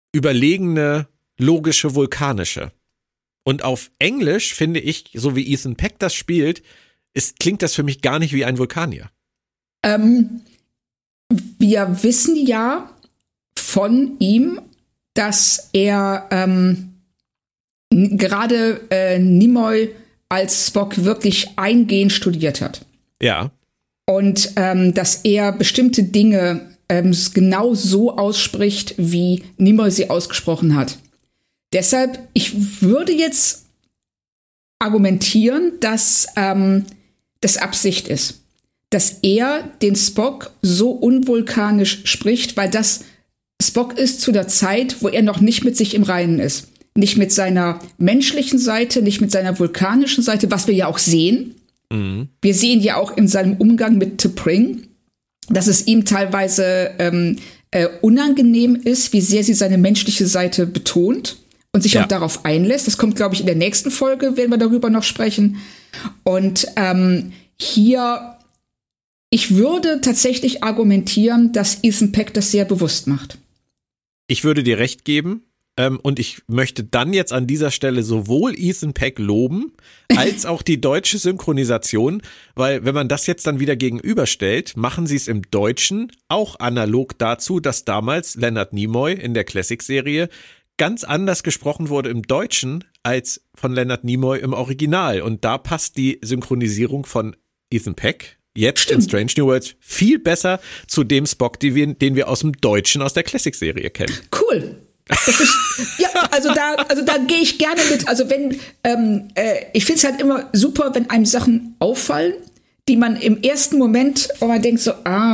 überlegene, logische, vulkanische. Und auf Englisch finde ich, so wie Ethan Peck das spielt, klingt das für mich gar nicht wie ein Vulkanier. Wir wissen ja von ihm, dass er gerade Nimoy als Spock wirklich eingehend studiert hat. Ja. Und dass er bestimmte Dinge genau so ausspricht, wie Nimoy sie ausgesprochen hat. Deshalb, ich würde jetzt argumentieren, dass das Absicht ist. Dass er den Spock so unvulkanisch spricht, weil das Spock ist zu der Zeit, wo er noch nicht mit sich im Reinen ist. Nicht mit seiner menschlichen Seite, nicht mit seiner vulkanischen Seite, was wir ja auch sehen. Mhm. Wir sehen ja auch in seinem Umgang mit T'Pring, dass es ihm teilweise unangenehm ist, wie sehr sie seine menschliche Seite betont und sich auch darauf einlässt. Das kommt, glaube ich, in der nächsten Folge, werden wir darüber noch sprechen. Und hier, ich würde tatsächlich argumentieren, dass Ethan Peck das sehr bewusst macht. Ich würde dir recht geben. Und ich möchte dann jetzt an dieser Stelle sowohl Ethan Peck loben, als auch die deutsche Synchronisation, weil wenn man das jetzt dann wieder gegenüberstellt, machen sie es im Deutschen auch analog dazu, dass damals Leonard Nimoy in der Classic-Serie ganz anders gesprochen wurde im Deutschen als von Leonard Nimoy im Original. Und da passt die Synchronisierung von Ethan Peck jetzt in Strange New Worlds viel besser zu dem Spock, den wir aus dem Deutschen aus der Classic-Serie kennen. Cool. Das ist, ja, also da gehe ich gerne mit. Also wenn, ich finde es halt immer super, wenn einem Sachen auffallen, die man im ersten Moment, wo man denkt so,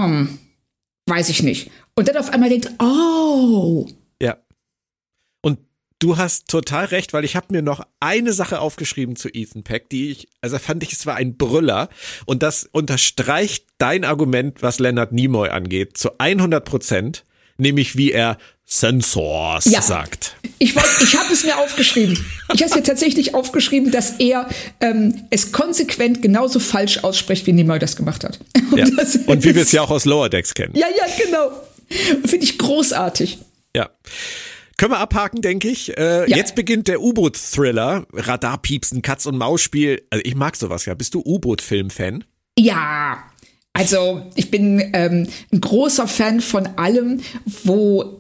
weiß ich nicht. Und dann auf einmal denkt, oh. Ja. Und du hast total recht, weil ich habe mir noch eine Sache aufgeschrieben zu Ethan Peck, fand ich, es war ein Brüller. Und das unterstreicht dein Argument, was Leonard Nimoy angeht, zu 100%, nämlich wie er Sensors sagt. Ich habe es mir aufgeschrieben. Ich habe es mir tatsächlich aufgeschrieben, dass er es konsequent genauso falsch ausspricht, wie Nimoy das gemacht hat. Und wie wir es ja auch aus Lower Decks kennen. Ja, genau. Finde ich großartig. Ja. Können wir abhaken, denke ich. Jetzt beginnt der U-Boot-Thriller. Radarpiepsen, Katz-und-Maus-Spiel. Also ich mag sowas ja. Bist du U-Boot-Film-Fan? Ja. Also ich bin ein großer Fan von allem, wo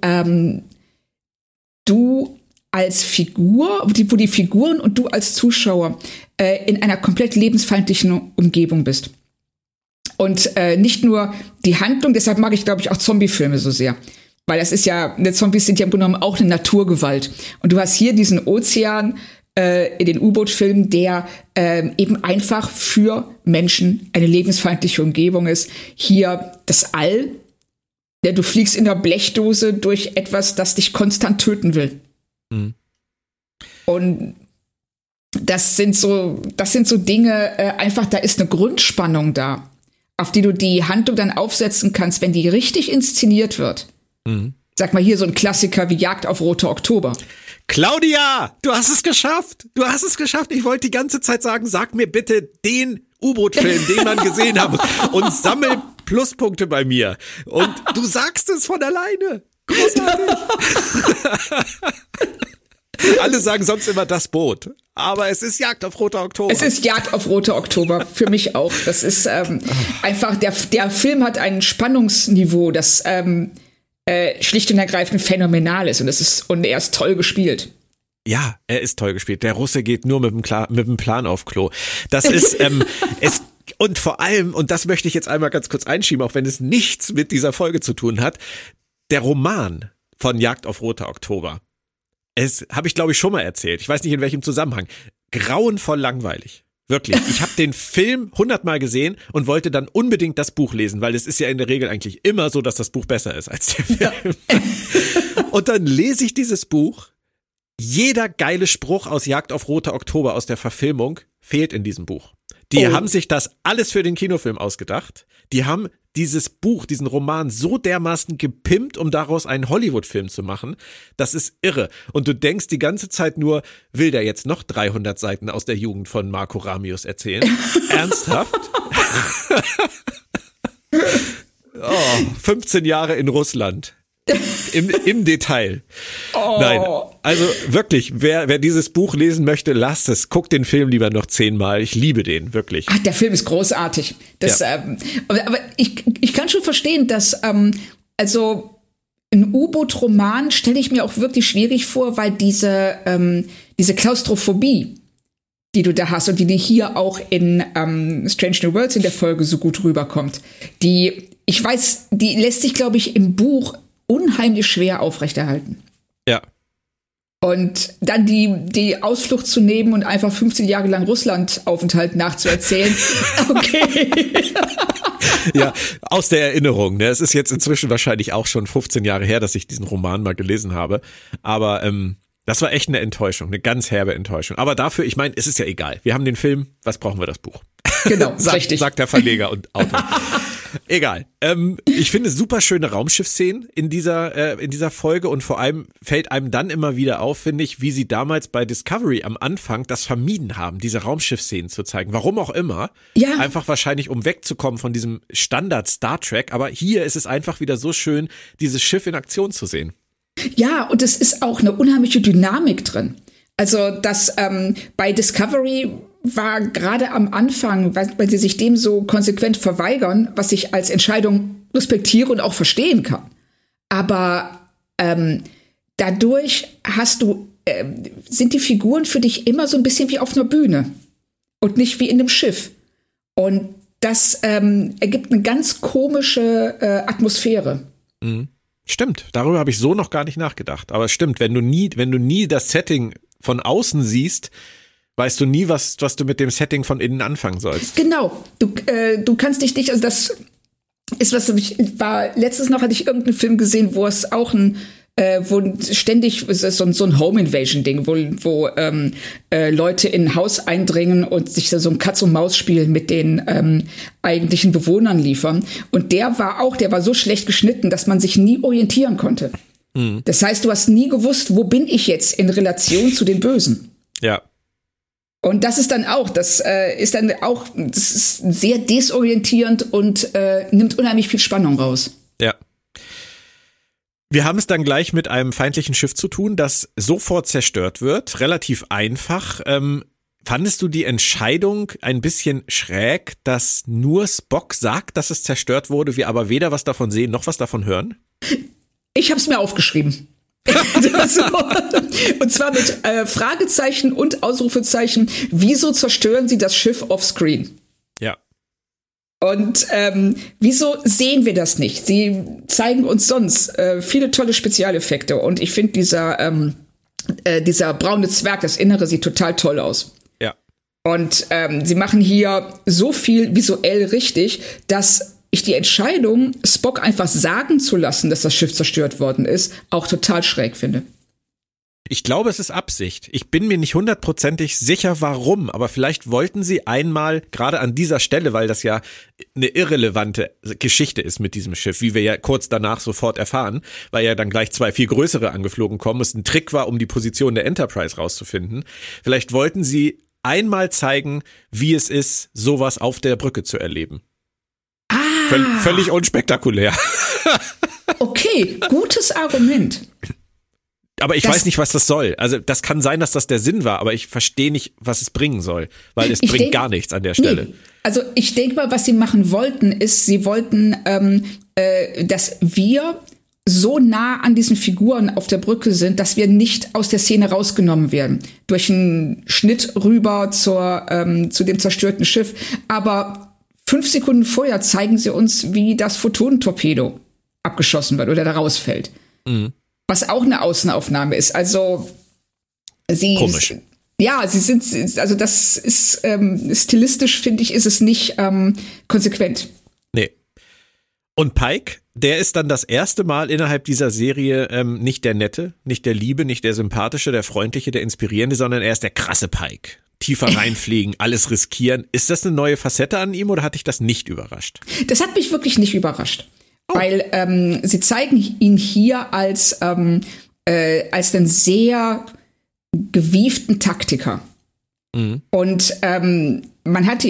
du als Figur, wo die Figuren und du als Zuschauer in einer komplett lebensfeindlichen Umgebung bist. Und nicht nur die Handlung, deshalb mag ich, glaube ich, auch Zombie-Filme so sehr. Weil das ist ja, Zombies sind ja im Grunde genommen auch eine Naturgewalt. Und du hast hier diesen Ozean in den U-Boot-Filmen, der eben einfach für Menschen eine lebensfeindliche Umgebung ist. Hier das All, du fliegst in der Blechdose durch etwas, das dich konstant töten will. Mhm. Und das sind so Dinge, einfach, da ist eine Grundspannung da, auf die du die Handlung dann aufsetzen kannst, wenn die richtig inszeniert wird. Mhm. Sag mal, hier so ein Klassiker wie Jagd auf Rote Oktober. Claudia, du hast es geschafft. Du hast es geschafft. Ich wollte die ganze Zeit sagen, sag mir bitte den U-Boot-Film, den man gesehen hat und sammel Pluspunkte bei mir. Und du sagst es von alleine. Großartig. Alle sagen sonst immer das Boot. Aber es ist Jagd auf Roter Oktober. Es ist Jagd auf Roter Oktober. Für mich auch. Das ist einfach, der Film hat ein Spannungsniveau, das schlicht und ergreifend phänomenal ist. Und er ist toll gespielt. Ja, er ist toll gespielt. Der Russe geht nur mit dem Plan auf Klo. Das ist, und vor allem, und das möchte ich jetzt einmal ganz kurz einschieben, auch wenn es nichts mit dieser Folge zu tun hat, der Roman von Jagd auf Roter Oktober. Es habe ich, glaube ich, schon mal erzählt. Ich weiß nicht, in welchem Zusammenhang. Grauenvoll langweilig. Wirklich. Ich habe den Film 100-mal gesehen und wollte dann unbedingt das Buch lesen, weil es ist ja in der Regel eigentlich immer so, dass das Buch besser ist als der Film. Ja. Und dann lese ich dieses Buch. Jeder geile Spruch aus Jagd auf Roter Oktober aus der Verfilmung fehlt in diesem Buch. Die haben sich das alles für den Kinofilm ausgedacht. Die haben dieses Buch, diesen Roman so dermaßen gepimpt, um daraus einen Hollywood-Film zu machen. Das ist irre. Und du denkst die ganze Zeit nur, will der jetzt noch 300 Seiten aus der Jugend von Marco Ramius erzählen? Ernsthaft? 15 Jahre in Russland. Im Detail. Oh. Nein, also wirklich, wer dieses Buch lesen möchte, lasst es. Guckt den Film lieber noch 10-mal. Ich liebe den, wirklich. Ach, der Film ist großartig. Aber ich kann schon verstehen, dass also ein U-Boot-Roman stelle ich mir auch wirklich schwierig vor, weil diese Klaustrophobie, die du da hast und die hier auch in Strange New Worlds in der Folge so gut rüberkommt, die lässt sich, glaube ich, im Buch unheimlich schwer aufrechterhalten. Ja. Und dann die Ausflucht zu nehmen und einfach 15 Jahre lang Russland-Aufenthalt nachzuerzählen. Okay. Ja, aus der Erinnerung. Ne? Es ist jetzt inzwischen wahrscheinlich auch schon 15 Jahre her, dass ich diesen Roman mal gelesen habe. Aber das war echt eine Enttäuschung, eine ganz herbe Enttäuschung. Aber dafür, ich meine, es ist ja egal. Wir haben den Film, was brauchen wir das Buch? Genau, richtig. Sagt der Verleger und Autor. Egal. Ich finde super schöne Raumschiffszenen in dieser Folge und vor allem fällt einem dann immer wieder auf, finde ich, wie sie damals bei Discovery am Anfang das vermieden haben, diese Raumschiffszenen zu zeigen. Warum auch immer. Ja. Einfach wahrscheinlich, um wegzukommen von diesem Standard Star Trek. Aber hier ist es einfach wieder so schön, dieses Schiff in Aktion zu sehen. Ja, und es ist auch eine unheimliche Dynamik drin. Also das bei Discovery war gerade am Anfang, weil sie sich dem so konsequent verweigern, was ich als Entscheidung respektiere und auch verstehen kann. Aber dadurch sind die Figuren für dich immer so ein bisschen wie auf einer Bühne und nicht wie in einem Schiff. Und das ergibt eine ganz komische Atmosphäre. Mhm. Stimmt, darüber habe ich so noch gar nicht nachgedacht. Aber es stimmt, wenn du nie das Setting von außen siehst, weißt du nie, was du mit dem Setting von innen anfangen sollst. Genau, du kannst dich nicht, also das ist was, letztens noch hatte ich irgendeinen Film gesehen, wo es auch wo ständig so ein Home-Invasion-Ding, wo Leute in ein Haus eindringen und sich so ein Katz-und-Maus-Spiel mit den eigentlichen Bewohnern liefern. Und der war so schlecht geschnitten, dass man sich nie orientieren konnte. Mhm. Das heißt, du hast nie gewusst, wo bin ich jetzt in Relation zu den Bösen. Ja. Und das ist sehr desorientierend und nimmt unheimlich viel Spannung raus. Ja. Wir haben es dann gleich mit einem feindlichen Schiff zu tun, das sofort zerstört wird. Relativ einfach. Fandest du die Entscheidung ein bisschen schräg, dass nur Spock sagt, dass es zerstört wurde, wir aber weder was davon sehen noch was davon hören? Ich habe es mir aufgeschrieben. Und zwar mit Fragezeichen und Ausrufezeichen. Wieso zerstören sie das Schiff offscreen? Ja. Und wieso sehen wir das nicht? Sie zeigen uns sonst viele tolle Spezialeffekte. Und ich finde, dieser braune Zwerg, das Innere, sieht total toll aus. Ja. Und sie machen hier so viel visuell richtig, dass ich die Entscheidung, Spock einfach sagen zu lassen, dass das Schiff zerstört worden ist, auch total schräg finde. Ich glaube, es ist Absicht. Ich bin mir nicht 100%ig sicher, warum, aber vielleicht wollten sie einmal, gerade an dieser Stelle, weil das ja eine irrelevante Geschichte ist mit diesem Schiff, wie wir ja kurz danach sofort erfahren, weil ja dann gleich 2 viel größere angeflogen kommen, es ein Trick war, um die Position der Enterprise rauszufinden. Vielleicht wollten sie einmal zeigen, wie es ist, sowas auf der Brücke zu erleben. Völlig unspektakulär. Okay, gutes Argument. Aber ich weiß nicht, was das soll. Also das kann sein, dass das der Sinn war, aber ich verstehe nicht, was es bringen soll, weil es bringt gar nichts an der Stelle. Nee. Also ich denke mal, was sie machen wollten, ist, sie wollten, dass wir so nah an diesen Figuren auf der Brücke sind, dass wir nicht aus der Szene rausgenommen werden. Durch einen Schnitt rüber zu dem zerstörten Schiff. Aber 5 Sekunden vorher zeigen sie uns, wie das Photonentorpedo abgeschossen wird oder da rausfällt. Mhm. Was auch eine Außenaufnahme ist. Also komisch. Ja, sie sind, also das ist stilistisch, finde ich, ist es nicht konsequent. Nee. Und Pike, der ist dann das erste Mal innerhalb dieser Serie nicht der Nette, nicht der Liebe, nicht der Sympathische, der Freundliche, der Inspirierende, sondern er ist der krasse Pike. Tiefer reinfliegen, alles riskieren. Ist das eine neue Facette an ihm oder hat dich das nicht überrascht? Das hat mich wirklich nicht überrascht. Oh. Weil sie zeigen ihn hier als einen sehr gewieften Taktiker. Mhm. Und man hat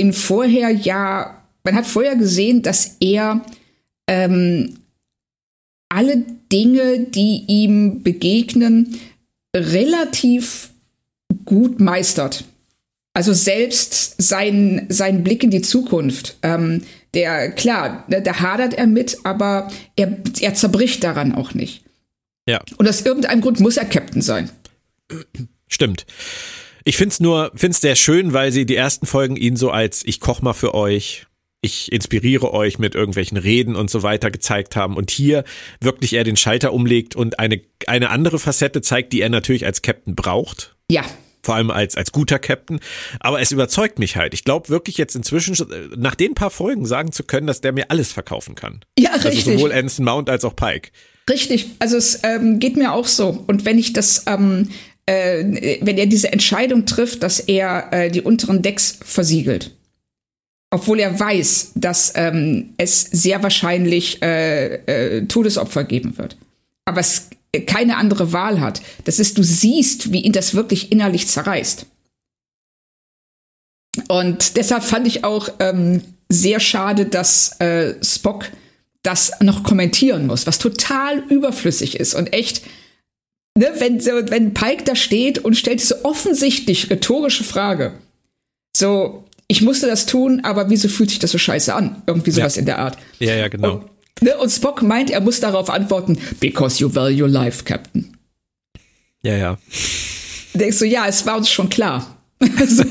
vorher gesehen, dass er alle Dinge, die ihm begegnen, relativ gut meistert. Also selbst sein Blick in die Zukunft, der hadert er mit, aber er zerbricht daran auch nicht. Ja. Und aus irgendeinem Grund muss er Captain sein. Stimmt. Ich find's sehr schön, weil sie die ersten Folgen ihn so als ich koch mal für euch, ich inspiriere euch mit irgendwelchen Reden und so weiter gezeigt haben und hier wirklich er den Schalter umlegt und eine andere Facette zeigt, die er natürlich als Captain braucht. Ja. Vor allem als guter Captain. Aber es überzeugt mich halt. Ich glaube wirklich jetzt inzwischen, nach den paar Folgen sagen zu können, dass der mir alles verkaufen kann. Ja, richtig. Also sowohl Anson Mount als auch Pike. Richtig. Also es geht mir auch so. Und wenn ich das, wenn er diese Entscheidung trifft, dass er die unteren Decks versiegelt, obwohl er weiß, dass es sehr wahrscheinlich Todesopfer geben wird. Aber es keine andere Wahl hat. Das ist, du siehst, wie ihn das wirklich innerlich zerreißt. Und deshalb fand ich auch sehr schade, dass Spock das noch kommentieren muss, was total überflüssig ist und echt, ne, wenn Pike da steht und stellt diese offensichtlich rhetorische Frage, so, ich musste das tun, aber wieso fühlt sich das so scheiße an? Irgendwie sowas in der Art. Ja, genau. Und Spock meint, er muss darauf antworten, because you value life, Captain. Ja. Denkst du, ja, es war uns schon klar. So.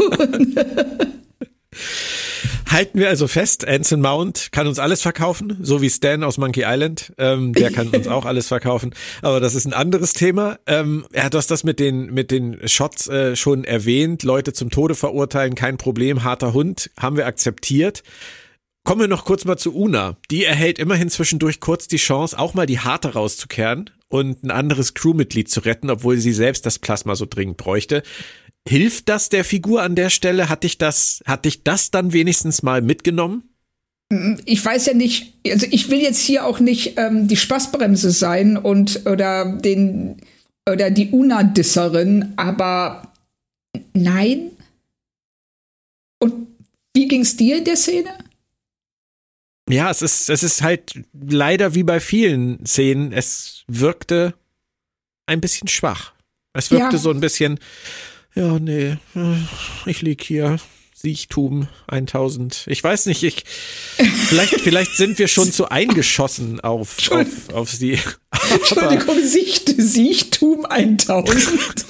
Halten wir also fest, Anson Mount kann uns alles verkaufen, so wie Stan aus Monkey Island. Der kann uns auch alles verkaufen, aber das ist ein anderes Thema. Er hat das mit den Shots schon erwähnt, Leute zum Tode verurteilen, kein Problem, harter Hund, haben wir akzeptiert. Kommen wir noch kurz mal zu Una. Die erhält immerhin zwischendurch kurz die Chance, auch mal die Harte rauszukehren und ein anderes Crewmitglied zu retten, obwohl sie selbst das Plasma so dringend bräuchte. Hilft das der Figur an der Stelle? Hat dich das dann wenigstens mal mitgenommen? Ich weiß ja nicht, also ich will jetzt hier auch nicht die Spaßbremse sein oder die Una-Disserin, aber nein. Und wie ging's dir in der Szene? Ja, es ist halt leider wie bei vielen Szenen, es wirkte ein bisschen schwach. Es wirkte so ein bisschen, ja, nee, ich lieg hier, Siechtum 1000. Ich weiß nicht, vielleicht sind wir schon zu eingeschossen auf sie. Entschuldigung, Siechtum 1000.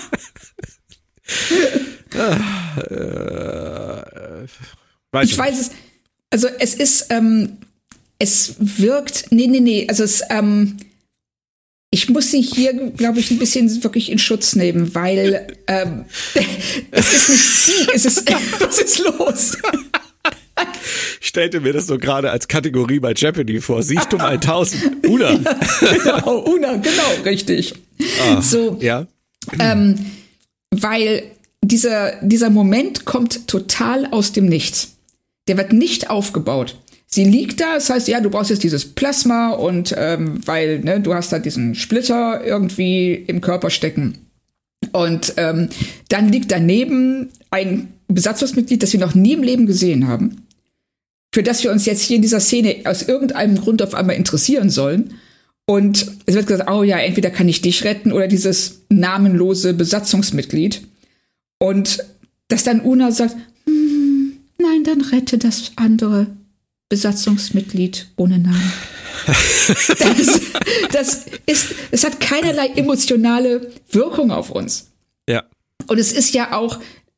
Ich weiß es. Also es ist, es wirkt, nee, also ich muss sie hier, glaube ich, ein bisschen wirklich in Schutz nehmen, weil es ist nicht sie, es ist, was ist los? Ich stellte mir das so gerade als Kategorie bei Jeopardy vor, Siechtum 1000, Una. Ja, Una, genau, richtig. So, ja. Weil dieser Moment kommt total aus dem Nichts. Der wird nicht aufgebaut. Sie liegt da, das heißt, ja, du brauchst jetzt dieses Plasma und weil, ne, du hast da diesen Splitter irgendwie im Körper stecken. Und dann liegt daneben ein Besatzungsmitglied, das wir noch nie im Leben gesehen haben, für das wir uns jetzt hier in dieser Szene aus irgendeinem Grund auf einmal interessieren sollen. Und es wird gesagt, oh ja, entweder kann ich dich retten oder dieses namenlose Besatzungsmitglied. Und dass dann Una sagt, nein, dann rette das andere Besatzungsmitglied ohne Namen. Das hat keinerlei emotionale Wirkung auf uns. Ja. Und es ist ja auch,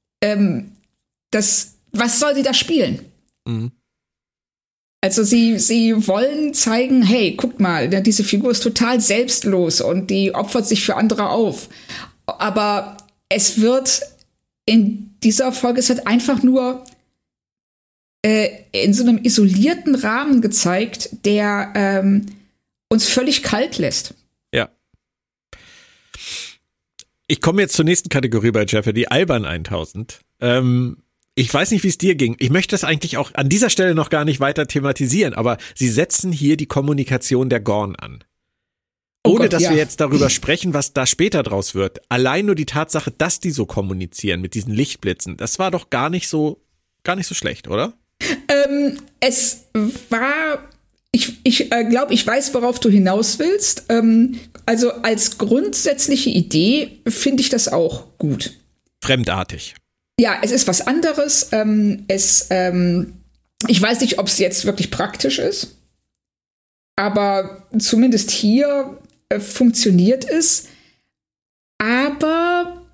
was soll sie da spielen? Mhm. Also sie wollen zeigen, hey, guckt mal, diese Figur ist total selbstlos und die opfert sich für andere auf. Aber es wird in dieser Folge, es wird einfach nur in so einem isolierten Rahmen gezeigt, der uns völlig kalt lässt. Ja. Ich komme jetzt zur nächsten Kategorie bei Jeopardy, Albern 1000. Ich weiß nicht, wie es dir ging. Ich möchte das eigentlich auch an dieser Stelle noch gar nicht weiter thematisieren, aber sie setzen hier die Kommunikation der Gorn an. Ohne dass wir jetzt darüber sprechen, was da später draus wird. Allein nur die Tatsache, dass die so kommunizieren mit diesen Lichtblitzen, das war doch gar nicht so schlecht, oder? Es war, Ich glaube, ich weiß, worauf du hinaus willst. Also als grundsätzliche Idee finde ich das auch gut. Fremdartig. Ja, es ist was anderes. Ich weiß nicht, ob es jetzt wirklich praktisch ist, aber zumindest hier funktioniert es. Aber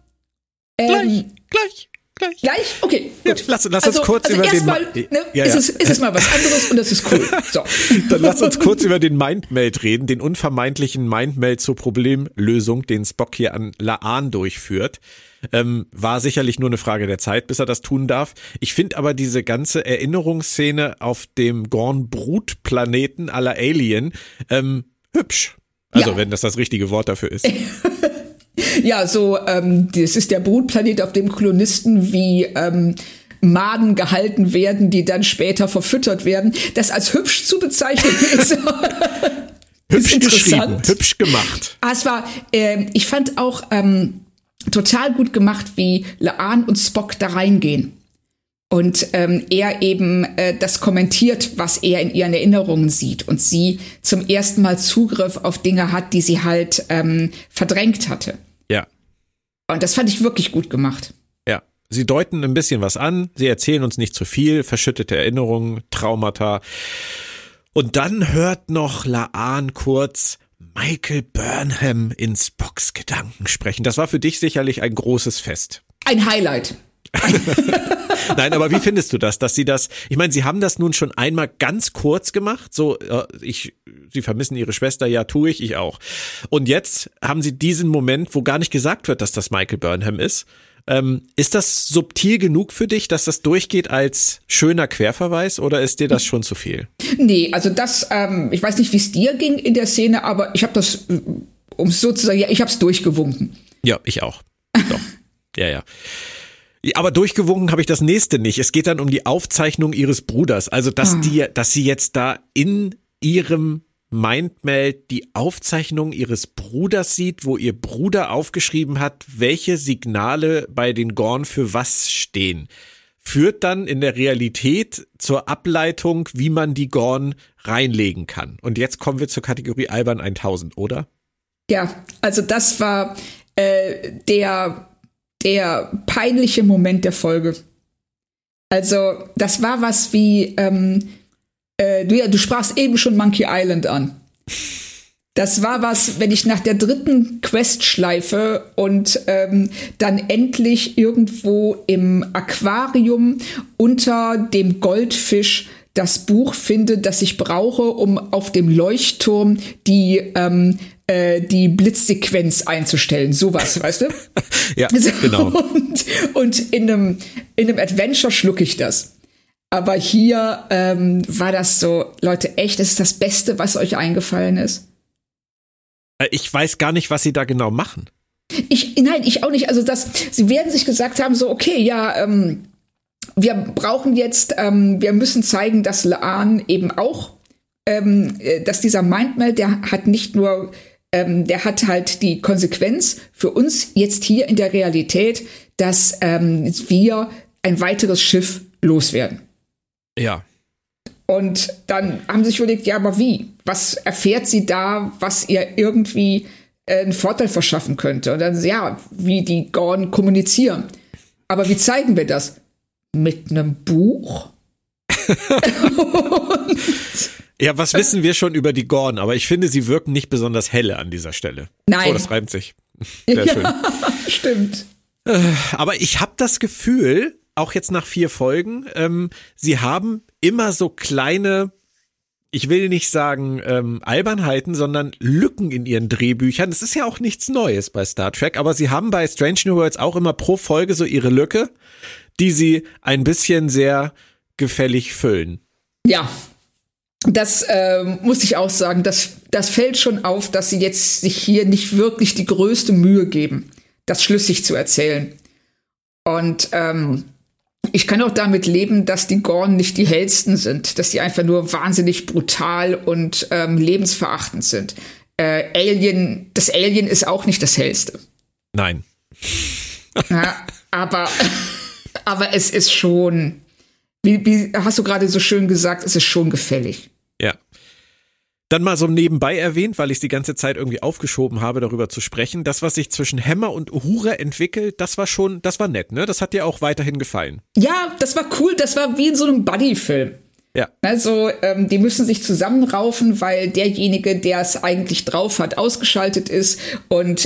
Gleich. Okay, gut. Lass uns kurz über den... Ist es mal was anderes und das ist cool. So. Dann lass uns kurz über den Mindmeld reden, den unvermeintlichen Mindmeld zur Problemlösung, den Spock hier an La'an durchführt. War sicherlich nur eine Frage der Zeit, bis er das tun darf. Ich finde aber diese ganze Erinnerungsszene auf dem Gorn-Brutplaneten à la Alien hübsch. Also wenn das richtige Wort dafür ist. Ja, so, das ist der Brutplanet, auf dem Kolonisten wie Maden gehalten werden, die dann später verfüttert werden. Das als hübsch zu bezeichnen ist hübsch geschrieben, hübsch gemacht. Ich fand auch total gut gemacht, wie La'an und Spock da reingehen. Und er eben das kommentiert, was er in ihren Erinnerungen sieht. Und sie zum ersten Mal Zugriff auf Dinge hat, die sie halt verdrängt hatte. Ja. Und das fand ich wirklich gut gemacht. Ja. Sie deuten ein bisschen was an. Sie erzählen uns nicht zu viel. Verschüttete Erinnerungen, Traumata. Und dann hört noch La'an kurz Michael Burnham in Spocks Gedanken sprechen. Das war für dich sicherlich ein großes Fest. Ein Highlight. Nein, aber wie findest du das, dass sie das, ich meine, sie haben das nun schon einmal ganz kurz gemacht, so, sie vermissen ihre Schwester, ja, tue ich auch. Und jetzt haben sie diesen Moment, wo gar nicht gesagt wird, dass das Michael Burnham ist. Ist das subtil genug für dich, dass das durchgeht als schöner Querverweis oder ist dir das schon zu viel? Nee, also das, ich weiß nicht, wie es dir ging in der Szene, aber ich habe das, um es so zu sagen, ja, ich habe es durchgewunken. Ja, ich auch. Doch. Ja. Aber durchgewunken habe ich das nächste nicht. Es geht dann um die Aufzeichnung ihres Bruders. Also, dass sie jetzt da in ihrem Mindmeld die Aufzeichnung ihres Bruders sieht, wo ihr Bruder aufgeschrieben hat, welche Signale bei den Gorn für was stehen. Führt dann in der Realität zur Ableitung, wie man die Gorn reinlegen kann. Und jetzt kommen wir zur Kategorie Albern 1000, oder? Ja, also das war der peinliche Moment der Folge. Also das war was wie, du sprachst eben schon Monkey Island an. Das war was, wenn ich nach der 3. Questschleife und dann endlich irgendwo im Aquarium unter dem Goldfisch das Buch finde, das ich brauche, um auf dem Leuchtturm die Blitzsequenz einzustellen. Sowas, weißt du? Ja, genau. Und in einem Adventure schlucke ich das. Aber hier war das so, Leute, echt, das ist das Beste, was euch eingefallen ist. Ich weiß gar nicht, was sie da genau machen. Nein, ich auch nicht. Also sie werden sich gesagt haben, so, okay, ja, wir brauchen jetzt, wir müssen zeigen, dass La'an eben auch, dass dieser Mindmeld, der hat nicht nur, der hat halt die Konsequenz für uns jetzt hier in der Realität, dass wir ein weiteres Schiff loswerden. Ja. Und dann haben sie sich überlegt, ja, aber wie? Was erfährt sie da, was ihr irgendwie einen Vorteil verschaffen könnte? Und dann, ja, wie die Gorn kommunizieren. Aber wie zeigen wir das? Mit einem Buch? Ja, was wissen wir schon über die Gorn? Aber ich finde, sie wirken nicht besonders helle an dieser Stelle. Nein. Oh, das reimt sich. Sehr schön. Stimmt. Aber ich habe das Gefühl, auch jetzt nach 4 Folgen, sie haben immer so kleine, ich will nicht sagen Albernheiten, sondern Lücken in ihren Drehbüchern. Das ist ja auch nichts Neues bei Star Trek, aber sie haben bei Strange New Worlds auch immer pro Folge so ihre Lücke, die sie ein bisschen sehr gefällig füllen. Ja, das muss ich auch sagen. Das fällt schon auf, dass sie jetzt sich hier nicht wirklich die größte Mühe geben, das schlüssig zu erzählen. Und ich kann auch damit leben, dass die Gorn nicht die hellsten sind, dass sie einfach nur wahnsinnig brutal und lebensverachtend sind. Das Alien ist auch nicht das hellste. Nein. Ja, aber es ist schon, wie hast du gerade so schön gesagt, es ist schon gefällig. Ja. Dann mal so nebenbei erwähnt, weil ich es die ganze Zeit irgendwie aufgeschoben habe, darüber zu sprechen. Das, was sich zwischen Hemmer und Uhura entwickelt, das war nett, ne? Das hat dir auch weiterhin gefallen. Ja, das war cool. Das war wie in so einem Buddy-Film. Ja. Also, die müssen sich zusammenraufen, weil derjenige, der es eigentlich drauf hat, ausgeschaltet ist. Und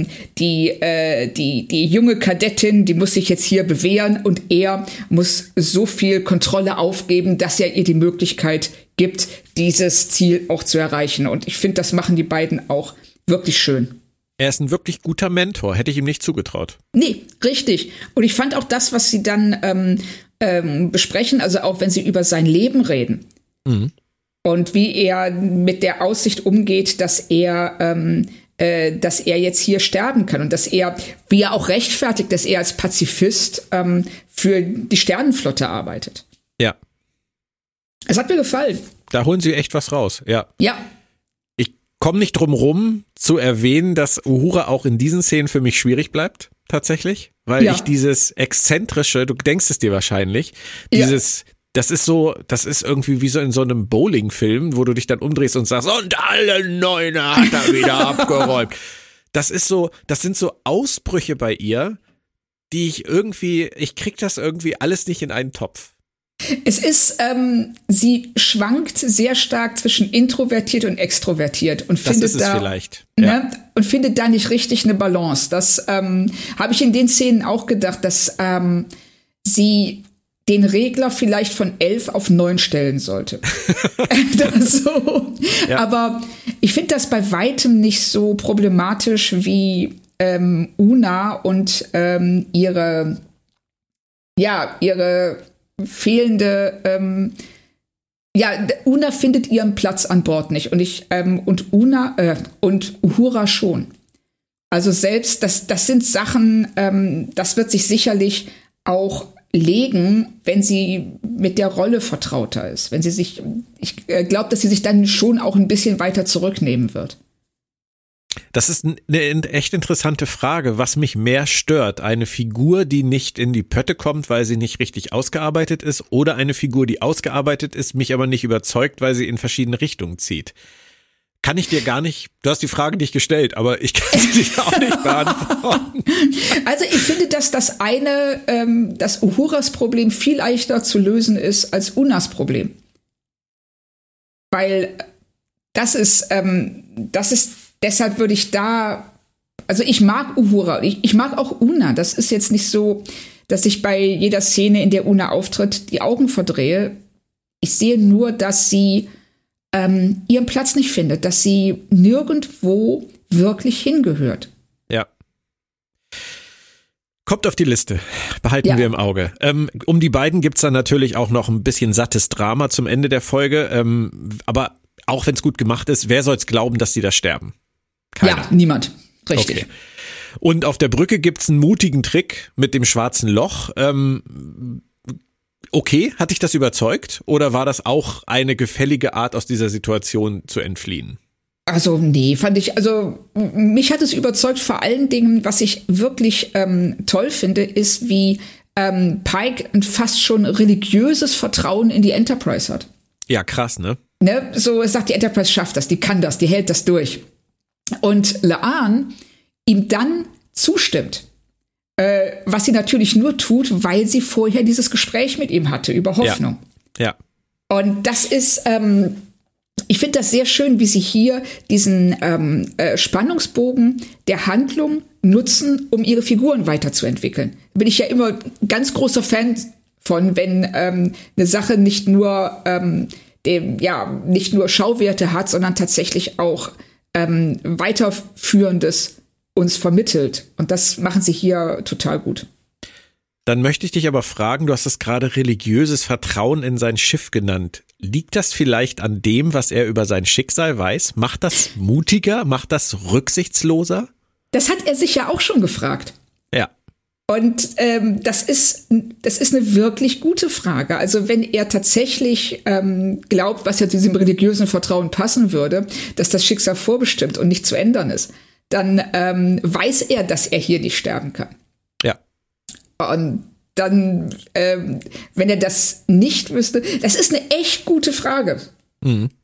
die junge Kadettin, die muss sich jetzt hier bewähren. Und er muss so viel Kontrolle aufgeben, dass er ihr die Möglichkeit gibt, dieses Ziel auch zu erreichen. Und ich finde, das machen die beiden auch wirklich schön. Er ist ein wirklich guter Mentor. Hätte ich ihm nicht zugetraut. Nee, richtig. Und ich fand auch das, was sie dann besprechen, also auch wenn sie über sein Leben reden. Mhm. Und wie er mit der Aussicht umgeht, dass er jetzt hier sterben kann und dass er, wie er auch rechtfertigt, dass er als Pazifist für die Sternenflotte arbeitet. Ja. Es hat mir gefallen. Da holen sie echt was raus, ja. Ja. Ich komme nicht drum rum zu erwähnen, dass Uhura auch in diesen Szenen für mich schwierig bleibt, tatsächlich. Weil ich dieses Exzentrische, du denkst es dir wahrscheinlich, das ist irgendwie wie so in so einem Bowling-Film, wo du dich dann umdrehst und sagst, und alle Neuner hat er wieder abgeräumt. Das sind so Ausbrüche bei ihr, die ich krieg das irgendwie alles nicht in einen Topf. Es ist, sie schwankt sehr stark zwischen introvertiert und extrovertiert und findet und findet da nicht richtig eine Balance. Das habe ich in den Szenen auch gedacht, dass sie den Regler vielleicht von 11 auf 9 stellen sollte. So. Ja. Aber ich finde das bei weitem nicht so problematisch wie Una und ihre fehlende, Una findet ihren Platz an Bord nicht und Uhura schon. Also selbst, das sind Sachen, das wird sich sicherlich auch legen, wenn sie mit der Rolle vertrauter ist. Ich glaube, dass sie sich dann schon auch ein bisschen weiter zurücknehmen wird. Das ist eine echt interessante Frage, was mich mehr stört. Eine Figur, die nicht in die Pötte kommt, weil sie nicht richtig ausgearbeitet ist, oder eine Figur, die ausgearbeitet ist, mich aber nicht überzeugt, weil sie in verschiedene Richtungen zieht. Kann ich dir gar nicht, du hast die Frage nicht gestellt, aber ich kann sie dir auch nicht beantworten. Also ich finde, dass das Uhuras Problem viel leichter zu lösen ist als Unas Problem. Weil das ist deshalb würde ich also ich mag Uhura, ich mag auch Una. Das ist jetzt nicht so, dass ich bei jeder Szene, in der Una auftritt, die Augen verdrehe. Ich sehe nur, dass sie ihren Platz nicht findet, dass sie nirgendwo wirklich hingehört. Ja. Kommt auf die Liste. Behalten wir im Auge. Um die beiden gibt's dann natürlich auch noch ein bisschen sattes Drama zum Ende der Folge. Aber auch wenn es gut gemacht ist, wer soll's glauben, dass sie da sterben? Keiner. Ja, niemand. Richtig. Okay. Und auf der Brücke gibt's einen mutigen Trick mit dem schwarzen Loch. Okay, hat dich das überzeugt? Oder war das auch eine gefällige Art, aus dieser Situation zu entfliehen? Also nee, mich hat es überzeugt. Vor allen Dingen, was ich wirklich toll finde, ist, wie Pike ein fast schon religiöses Vertrauen in die Enterprise hat. Ja, krass, ne? So, es sagt, die Enterprise schafft das, die kann das, die hält das durch. Und La'an ihm dann zustimmt. Was sie natürlich nur tut, weil sie vorher dieses Gespräch mit ihm hatte über Hoffnung. Ja. Und das ist, ich finde das sehr schön, wie sie hier diesen Spannungsbogen der Handlung nutzen, um ihre Figuren weiterzuentwickeln. Da bin ich ja immer ganz großer Fan von, wenn eine Sache nicht nur nicht nur Schauwerte hat, sondern tatsächlich auch Weiterführendes uns vermittelt. Und das machen sie hier total gut. Dann möchte ich dich aber fragen, du hast es gerade religiöses Vertrauen in sein Schiff genannt. Liegt das vielleicht an dem, was er über sein Schicksal weiß? Macht das mutiger? Macht das rücksichtsloser? Das hat er sich ja auch schon gefragt. Ja. Und das ist eine wirklich gute Frage. Also wenn er tatsächlich glaubt, was ja zu diesem religiösen Vertrauen passen würde, dass das Schicksal vorbestimmt und nicht zu ändern ist, dann weiß er, dass er hier nicht sterben kann. Ja. Und dann, wenn er das nicht wüsste, das ist eine echt gute Frage. Mhm.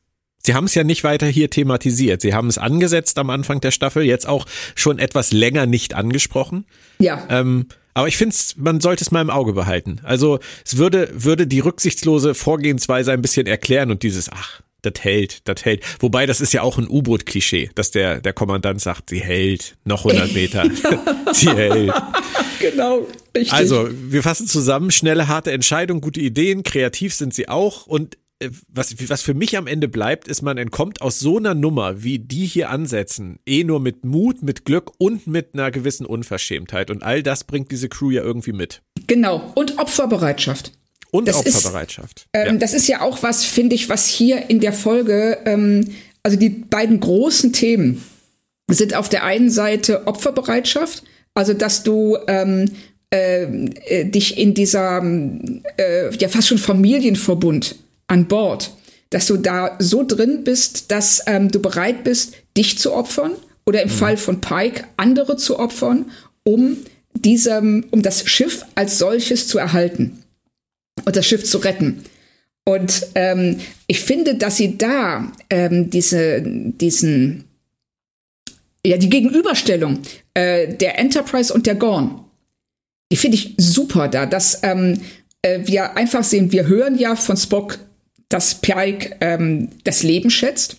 Sie haben es ja nicht weiter hier thematisiert. Sie haben es angesetzt am Anfang der Staffel, jetzt auch schon etwas länger nicht angesprochen. Ja. Aber ich finde, man sollte es mal im Auge behalten. Also es würde die rücksichtslose Vorgehensweise ein bisschen erklären und dieses, das hält. Wobei, das ist ja auch ein U-Boot-Klischee, dass der Kommandant sagt, sie hält noch 100 Meter. Sie hält. Genau, richtig. Also, wir fassen zusammen, schnelle, harte Entscheidung, gute Ideen, kreativ sind sie auch und was für mich am Ende bleibt, ist, man entkommt aus so einer Nummer, wie die hier ansetzen, nur mit Mut, mit Glück und mit einer gewissen Unverschämtheit. Und all das bringt diese Crew ja irgendwie mit. Genau. Und Opferbereitschaft. Und das Opferbereitschaft. Das ist ja auch was, finde ich, was hier in der Folge, also die beiden großen Themen sind auf der einen Seite Opferbereitschaft, also dass du dich in dieser ja fast schon Familienverbund an Bord, dass du da so drin bist, dass du bereit bist, dich zu opfern oder im Fall von Pike andere zu opfern, um das Schiff als solches zu erhalten und das Schiff zu retten. Und ich finde, dass sie da die Gegenüberstellung der Enterprise und der Gorn, die finde ich super da, dass wir einfach sehen, wir hören ja von Spock, dass Pike das Leben schätzt.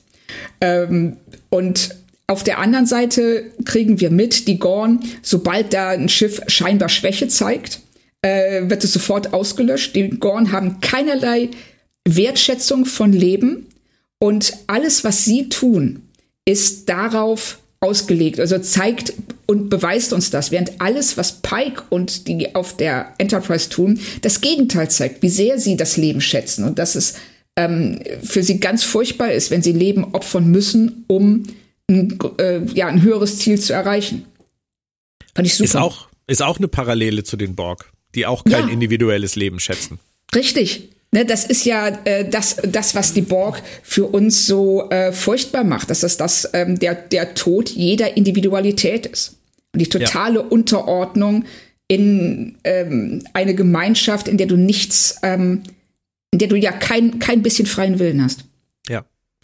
Und auf der anderen Seite kriegen wir mit, die Gorn, sobald da ein Schiff scheinbar Schwäche zeigt, wird es sofort ausgelöscht. Die Gorn haben keinerlei Wertschätzung von Leben und alles, was sie tun, ist darauf ausgelegt, also zeigt und beweist uns das, während alles, was Pike und die auf der Enterprise tun, das Gegenteil zeigt, wie sehr sie das Leben schätzen und dass es für sie ganz furchtbar ist, wenn sie Leben opfern müssen, um ein höheres Ziel zu erreichen. Fand ich super. Ist auch eine Parallele zu den Borg, die auch kein individuelles Leben schätzen. Richtig. Ne, das ist ja das, was die Borg für uns so furchtbar macht, dass das der Tod jeder Individualität ist. Und die totale Unterordnung in eine Gemeinschaft, in der du nichts, in der du ja kein bisschen freien Willen hast. Ja.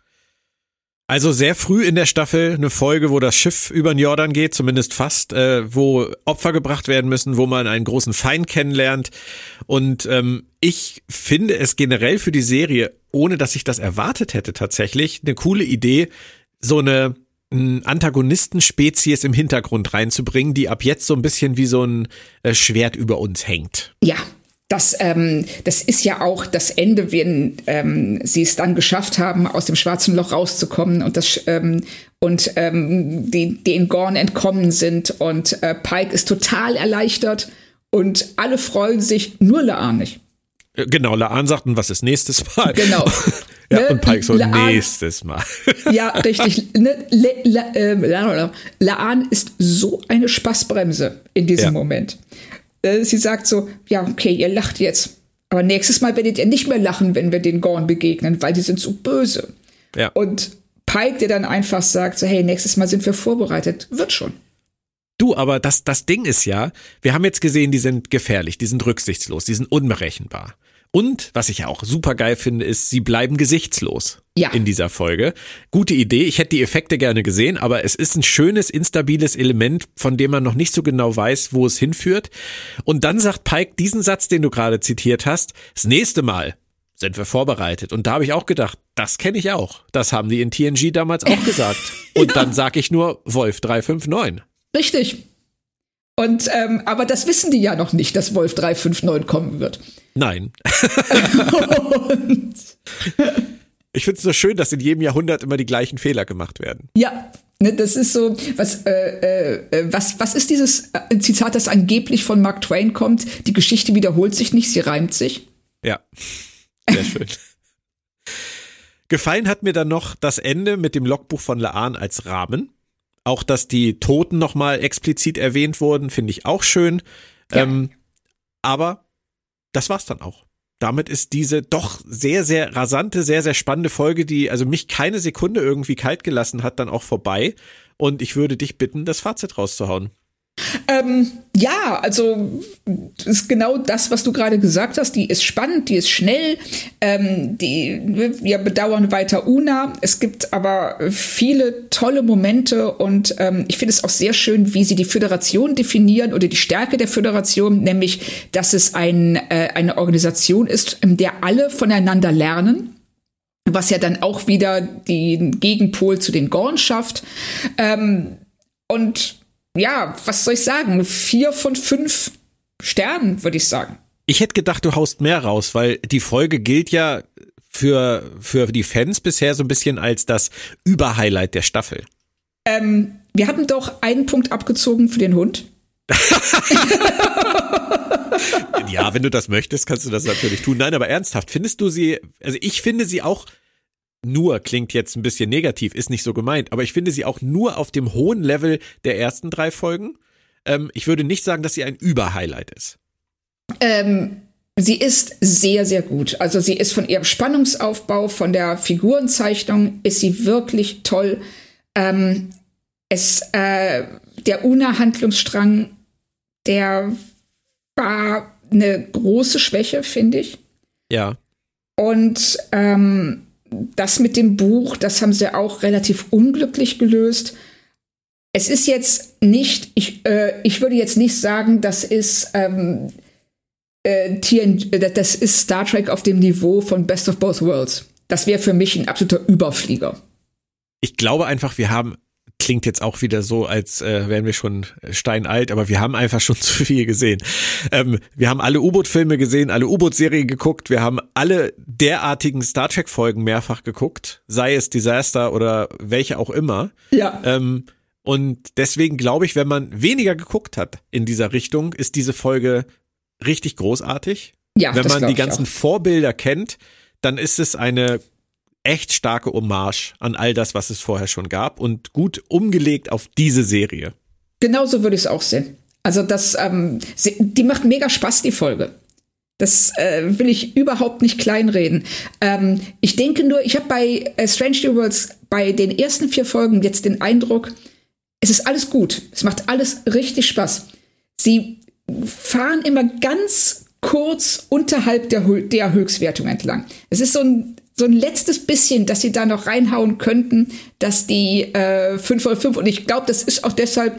Also sehr früh in der Staffel eine Folge, wo das Schiff über den Jordan geht, zumindest fast, wo Opfer gebracht werden müssen, wo man einen großen Feind kennenlernt. Und ich finde es generell für die Serie, ohne dass ich das erwartet hätte tatsächlich, eine coole Idee, so eine Antagonistenspezies im Hintergrund reinzubringen, die ab jetzt so ein bisschen wie so ein Schwert über uns hängt. Ja. Das ist ja auch das Ende, wenn sie es dann geschafft haben, aus dem schwarzen Loch rauszukommen und den Gorn entkommen sind. Und Pike ist total erleichtert und alle freuen sich, nur La'an nicht. Genau, La'an sagt, was ist nächstes Mal? Genau. Ja, ne? Und Pike so, nächstes Mal. Ja, richtig. La'an ist so eine Spaßbremse in diesem Moment. Sie sagt so, ja, okay, ihr lacht jetzt. Aber nächstes Mal werdet ihr nicht mehr lachen, wenn wir den Gorn begegnen, weil die sind so böse. Ja. Und Pike, der dann einfach sagt, so, hey, nächstes Mal sind wir vorbereitet. Wird schon. Du, aber das Ding ist ja, wir haben jetzt gesehen, die sind gefährlich, die sind rücksichtslos, die sind unberechenbar. Und, was ich ja auch super geil finde, ist, sie bleiben gesichtslos in dieser Folge. Gute Idee, ich hätte die Effekte gerne gesehen, aber es ist ein schönes, instabiles Element, von dem man noch nicht so genau weiß, wo es hinführt. Und dann sagt Pike diesen Satz, den du gerade zitiert hast, das nächste Mal sind wir vorbereitet. Und da habe ich auch gedacht, das kenne ich auch. Das haben die in TNG damals auch gesagt. Und dann sage ich nur Wolf 359. Richtig. Und aber das wissen die ja noch nicht, dass Wolf 359 kommen wird. Nein. Ich finde es so schön, dass in jedem Jahrhundert immer die gleichen Fehler gemacht werden. Ja, ne, das ist so, was ist dieses Zitat, das angeblich von Mark Twain kommt? Die Geschichte wiederholt sich nicht, sie reimt sich. Ja, sehr schön. Gefallen hat mir dann noch das Ende mit dem Logbuch von La'an als Rahmen. Auch, dass die Toten nochmal explizit erwähnt wurden, finde ich auch schön. Ja. Aber das war's dann auch. Damit ist diese doch sehr, sehr rasante, sehr, sehr spannende Folge, die also mich keine Sekunde irgendwie kalt gelassen hat, dann auch vorbei. Und ich würde dich bitten, das Fazit rauszuhauen. Ja, also ist genau das, was du gerade gesagt hast. Die ist spannend, die ist schnell. Wir bedauern weiter Una. Es gibt aber viele tolle Momente und ich finde es auch sehr schön, wie sie die Föderation definieren oder die Stärke der Föderation, nämlich, dass es eine Organisation ist, in der alle voneinander lernen. Was ja dann auch wieder den Gegenpol zu den Gorn schafft. Und ja, was soll ich sagen? 4 von 5 Sternen, würde ich sagen. Ich hätte gedacht, du haust mehr raus, weil die Folge gilt ja für die Fans bisher so ein bisschen als das Überhighlight der Staffel. Wir haben doch einen Punkt abgezogen für den Hund. Ja, wenn du das möchtest, kannst du das natürlich tun. Nein, aber ernsthaft, findest du sie, also ich finde sie auch nur, klingt jetzt ein bisschen negativ, ist nicht so gemeint, aber ich finde sie auch nur auf dem hohen Level der ersten 3 Folgen. Ich würde nicht sagen, dass sie ein Überhighlight ist. Sie ist sehr, sehr gut. Also sie ist von ihrem Spannungsaufbau, von der Figurenzeichnung, ist sie wirklich toll. Der Una-Handlungsstrang, der war eine große Schwäche, finde ich. Ja. Und das mit dem Buch, das haben sie auch relativ unglücklich gelöst. Es ist jetzt nicht, ich würde jetzt nicht sagen, das ist Star Trek auf dem Niveau von Best of Both Worlds. Das wäre für mich ein absoluter Überflieger. Ich glaube einfach, klingt jetzt auch wieder so, als wären wir schon steinalt, aber wir haben einfach schon zu viel gesehen. Wir haben alle U-Boot-Filme gesehen, alle U-Boot-Serien geguckt, wir haben alle derartigen Star Trek-Folgen mehrfach geguckt, sei es Disaster oder welche auch immer. Ja. Und deswegen glaube ich, wenn man weniger geguckt hat in dieser Richtung, ist diese Folge richtig großartig. Ja, wenn man die auch. ganzen Vorbilder kennt, dann ist es eine echt starke Hommage an all das, was es vorher schon gab und gut umgelegt auf diese Serie. Genauso würde ich es auch sehen. Also die macht mega Spaß, die Folge. Das will ich überhaupt nicht kleinreden. Ich denke nur, ich habe bei Strange New Worlds bei den ersten 4 Folgen jetzt den Eindruck, es ist alles gut. Es macht alles richtig Spaß. Sie fahren immer ganz kurz unterhalb der Höchstwertung entlang. Es ist so ein letztes bisschen, dass sie da noch reinhauen könnten, dass die 5 von 5, und ich glaube, das ist auch deshalb,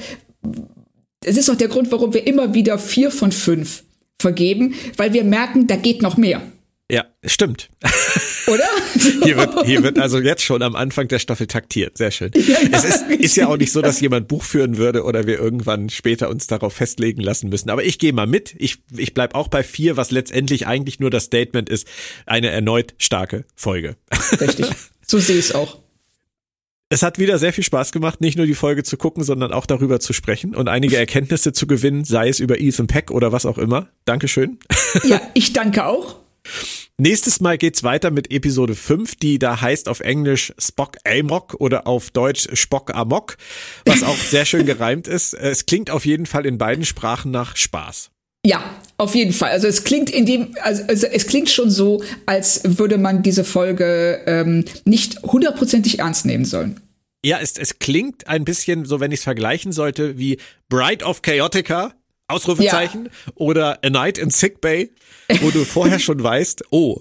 es ist auch der Grund, warum wir immer wieder 4 von 5 vergeben, weil wir merken, da geht noch mehr. Ja, stimmt. Oder? Hier wird also jetzt schon am Anfang der Staffel taktiert. Sehr schön. Ja, es ist ja auch nicht so, dass jemand Buch führen würde oder wir irgendwann später uns darauf festlegen lassen müssen. Aber ich gehe mal mit. Ich bleib auch bei 4, was letztendlich eigentlich nur das Statement ist. Eine erneut starke Folge. Richtig. So sehe ich es auch. Es hat wieder sehr viel Spaß gemacht, nicht nur die Folge zu gucken, sondern auch darüber zu sprechen und einige Erkenntnisse zu gewinnen, sei es über Ethan Peck oder was auch immer. Dankeschön. Ja, ich danke auch. Nächstes Mal geht's weiter mit Episode 5, die da heißt auf Englisch Spock Amok oder auf Deutsch Spock Amok, was auch sehr schön gereimt ist. Es klingt auf jeden Fall in beiden Sprachen nach Spaß. Ja, auf jeden Fall. Also es klingt es klingt schon so, als würde man diese Folge nicht 100% ernst nehmen sollen. Ja, es klingt ein bisschen so, wenn ich es vergleichen sollte, wie Bride of Chaotica, Ausrufezeichen, ja. Oder A Night in Sick Bay, wo du vorher schon weißt, oh,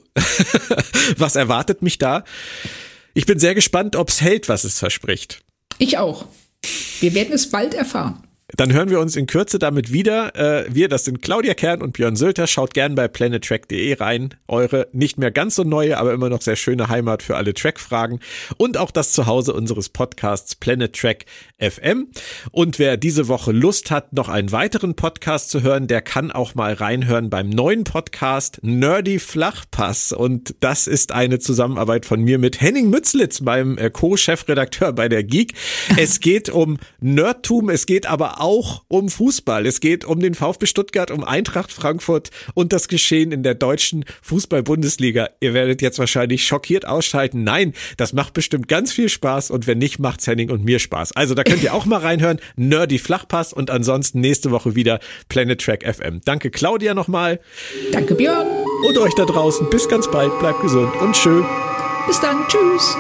was erwartet mich da? Ich bin sehr gespannt, ob es hält, was es verspricht. Ich auch. Wir werden es bald erfahren. Dann hören wir uns in Kürze damit wieder. Das sind Claudia Kern und Björn Sülter. Schaut gern bei planettrek.de rein. Eure nicht mehr ganz so neue, aber immer noch sehr schöne Heimat für alle Track-Fragen. Und auch das Zuhause unseres Podcasts Planet Trek FM. Und wer diese Woche Lust hat, noch einen weiteren Podcast zu hören, der kann auch mal reinhören beim neuen Podcast Nerdy Flachpass. Und das ist eine Zusammenarbeit von mir mit Henning Mützlitz, meinem Co-Chefredakteur bei der Geek. Es geht um Nerdtum, es geht aber auch um Fußball. Es geht um den VfB Stuttgart, um Eintracht Frankfurt und das Geschehen in der deutschen Fußball-Bundesliga. Ihr werdet jetzt wahrscheinlich schockiert ausschalten. Nein, das macht bestimmt ganz viel Spaß und wenn nicht, macht's Henning und mir Spaß. Also da könnt ihr auch mal reinhören. Nerdy Flachpass und ansonsten nächste Woche wieder Planet Trek FM. Danke Claudia nochmal. Danke Björn. Und euch da draußen. Bis ganz bald. Bleibt gesund und schön. Bis dann. Tschüss.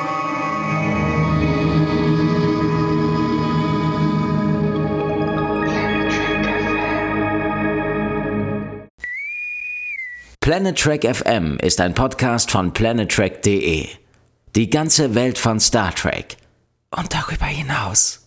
Planet Trek. Planet Trek FM ist ein Podcast von planettrek.de. Die ganze Welt von Star Trek und darüber hinaus.